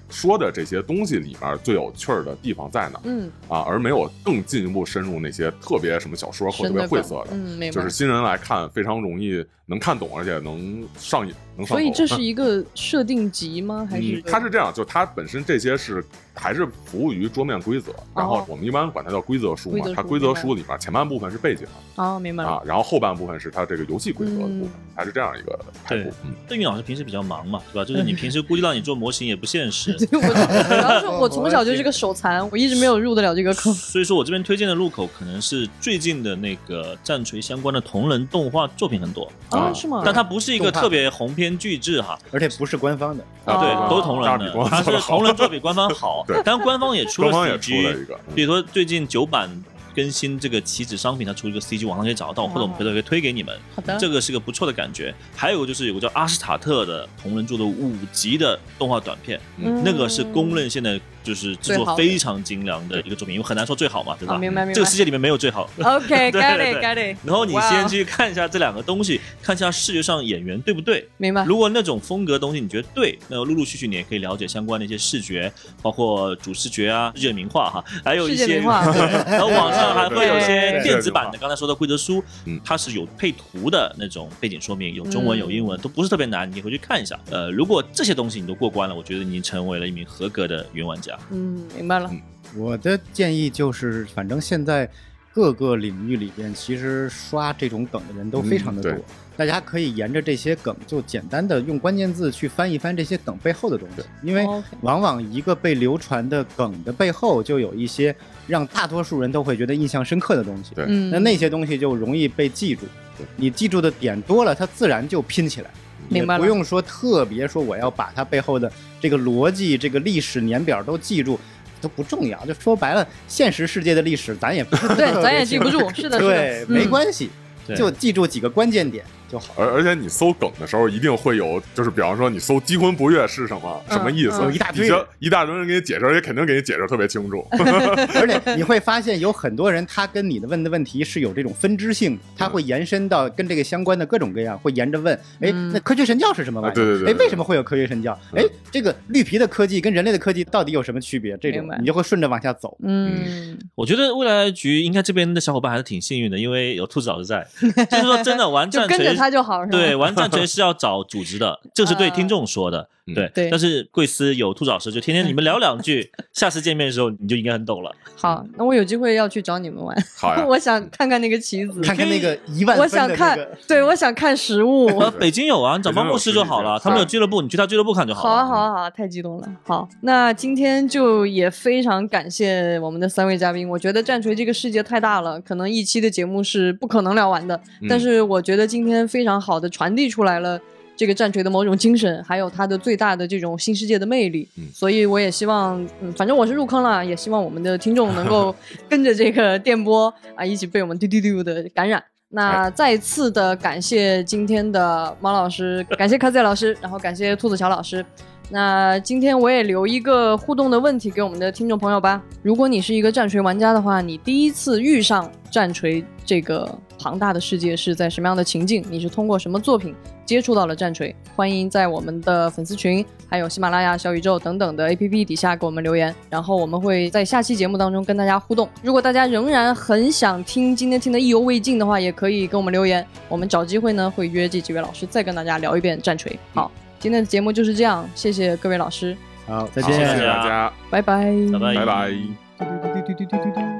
说的这些东西里面最有趣儿的地方在哪？ 嗯啊，而没有更进一步深入那些特别什么小说或特别晦涩的， 嗯，明白， 就是新人来看非常容易能看懂，而且能上瘾，能上头。 所以这是一个设定集吗？还是、 嗯、它是这样，就它本身这些是还是服务于桌面规则，然后我们一般管它叫规则书嘛。 哦、 它规则书里面前半部分是背景哦，明白了啊，然后后半部分是它这个游戏规则的部分， 嗯、 它是这样一个排布。 嗯，邓云老师平时比较忙嘛，对吧？就是你平时估计让你做模型也不现实。 对，我主要是我从小就是个手残，我一直没有入得了这个坑。 所以说我这边推荐的入口可能是最近的那个战锤相关的同人动画作品很多啊，是吗？ 但它不是一个特别鸿篇巨制哈， 而且不是官方的啊，对， 哦、 都是同人的，它是同人做比官方好， 对， 但官方也出了 C G， 了一个， 比如说最近九版更新这个棋子商品，它出一个 C G， 网上可以找到，或者我们回头可以推给你们。 好的， 这个是个不错的感觉。还有就是有个叫阿斯塔特的同人做的五集的动画短片， 嗯、 那个是公认现在就是制作非常精良的一个作品，因为很难说最好嘛，对吧？ 哦、明白明白。 这个世界里面没有最好。 OK， got it got it。 然后你先去看一下这两个东西，看一下视觉上演员对不对。 明白。 如果那种风格的东西你觉得对，那陆陆续续你也可以了解相关的一些视觉，包括主视觉啊、世界名画哈，还有一些。 世界名画。 然后网上还会有一些电子版的，刚才说的规则书，它是有配图的那种背景说明，有中文有英文，都不是特别难，你回去看一下。呃，如果这些东西你都过关了，我觉得你成为了一名合格的云玩家。 嗯，明白了。 嗯，我的建议就是，反正现在各个领域里边，其实刷这种梗的人都非常的多。嗯，大家可以沿着这些梗，就简单的用关键字去翻一翻这些梗背后的东西，因为往往一个被流传的梗的背后，就有一些让大多数人都会觉得印象深刻的东西。 对， 那那些东西就容易被记住。你记住的点多了，它自然就拼起来。 明白了， 不用说特别说我要把它背后的这个逻辑、这个历史年表都记住。都不重要，就说白了，现实世界的历史咱也不是对，咱也记不住，是的， 对，没关系， 嗯， 就记住几个关键点就好。 而而且你搜梗的时候，一定会有，就是比方说你搜“鸡魂不悦”是什么， 嗯、 什么意思， 有一大堆， 一大堆人给你解释，而且肯定给你解释特别清楚。 而且你会发现，有很多人他跟你的问的问题是有这种分支性，他会延伸到跟这个相关的各种各样，会沿着问，哎，那科学神教是什么玩意儿？ 对对对， 哎，为什么会有科学神教？哎，这个绿皮的科技跟人类的科技到底有什么区别？这种你就会顺着往下走。 嗯， 我觉得未来局应该这边的小伙伴还是挺幸运的，因为有兔子老师在，就是说真的玩战锤， 就跟着他就好，是吧？ 对，玩战锤是要找组织的，这是对听众说的。对， 对， 但是贵司有兔子老师，就天天你们聊两句，下次见面的时候你就应该很懂了。 好，那我有机会要去找你们玩。 好呀， 我想看看那个棋子， 看看那个一万分的、那个。 我想看，对，我想看实物。 呃，北京有啊，你找方牧师就好了，他们有俱乐部，你去他俱乐部看就好了。 好啊，好啊，好啊，太激动了。好，那今天就也非常感谢我们的三位嘉宾。我觉得战锤这个世界太大了，可能一期的节目是不可能聊完的。嗯、但是我觉得今天非常好的传递出来了这个战锤的某种精神，还有它的最大的这种新世界的魅力。嗯、所以我也希望，嗯，反正我是入坑了，也希望我们的听众能够跟着这个电波啊，一起被我们丢丢丢的感染。那再次的感谢今天的猫老师，感谢卡仔老师，然后感谢兔子乔老师。那今天我也留一个互动的问题给我们的听众朋友吧。如果你是一个战锤玩家的话，你第一次遇上战锤这个庞大的世界是在什么样的情境？你是通过什么作品接触到了战锤？欢迎在我们的粉丝群还有喜马拉雅、小宇宙等等的 A P P 底下给我们留言，然后我们会在下期节目当中跟大家互动。如果大家仍然很想听今天听得意犹未尽的话，也可以跟我们留言，我们找机会呢会约这几位老师再跟大家聊一遍战锤。好，今天的节目就是这样，谢谢各位老师。 好，再见， 谢谢大家， 拜拜， 拜拜， 拜拜。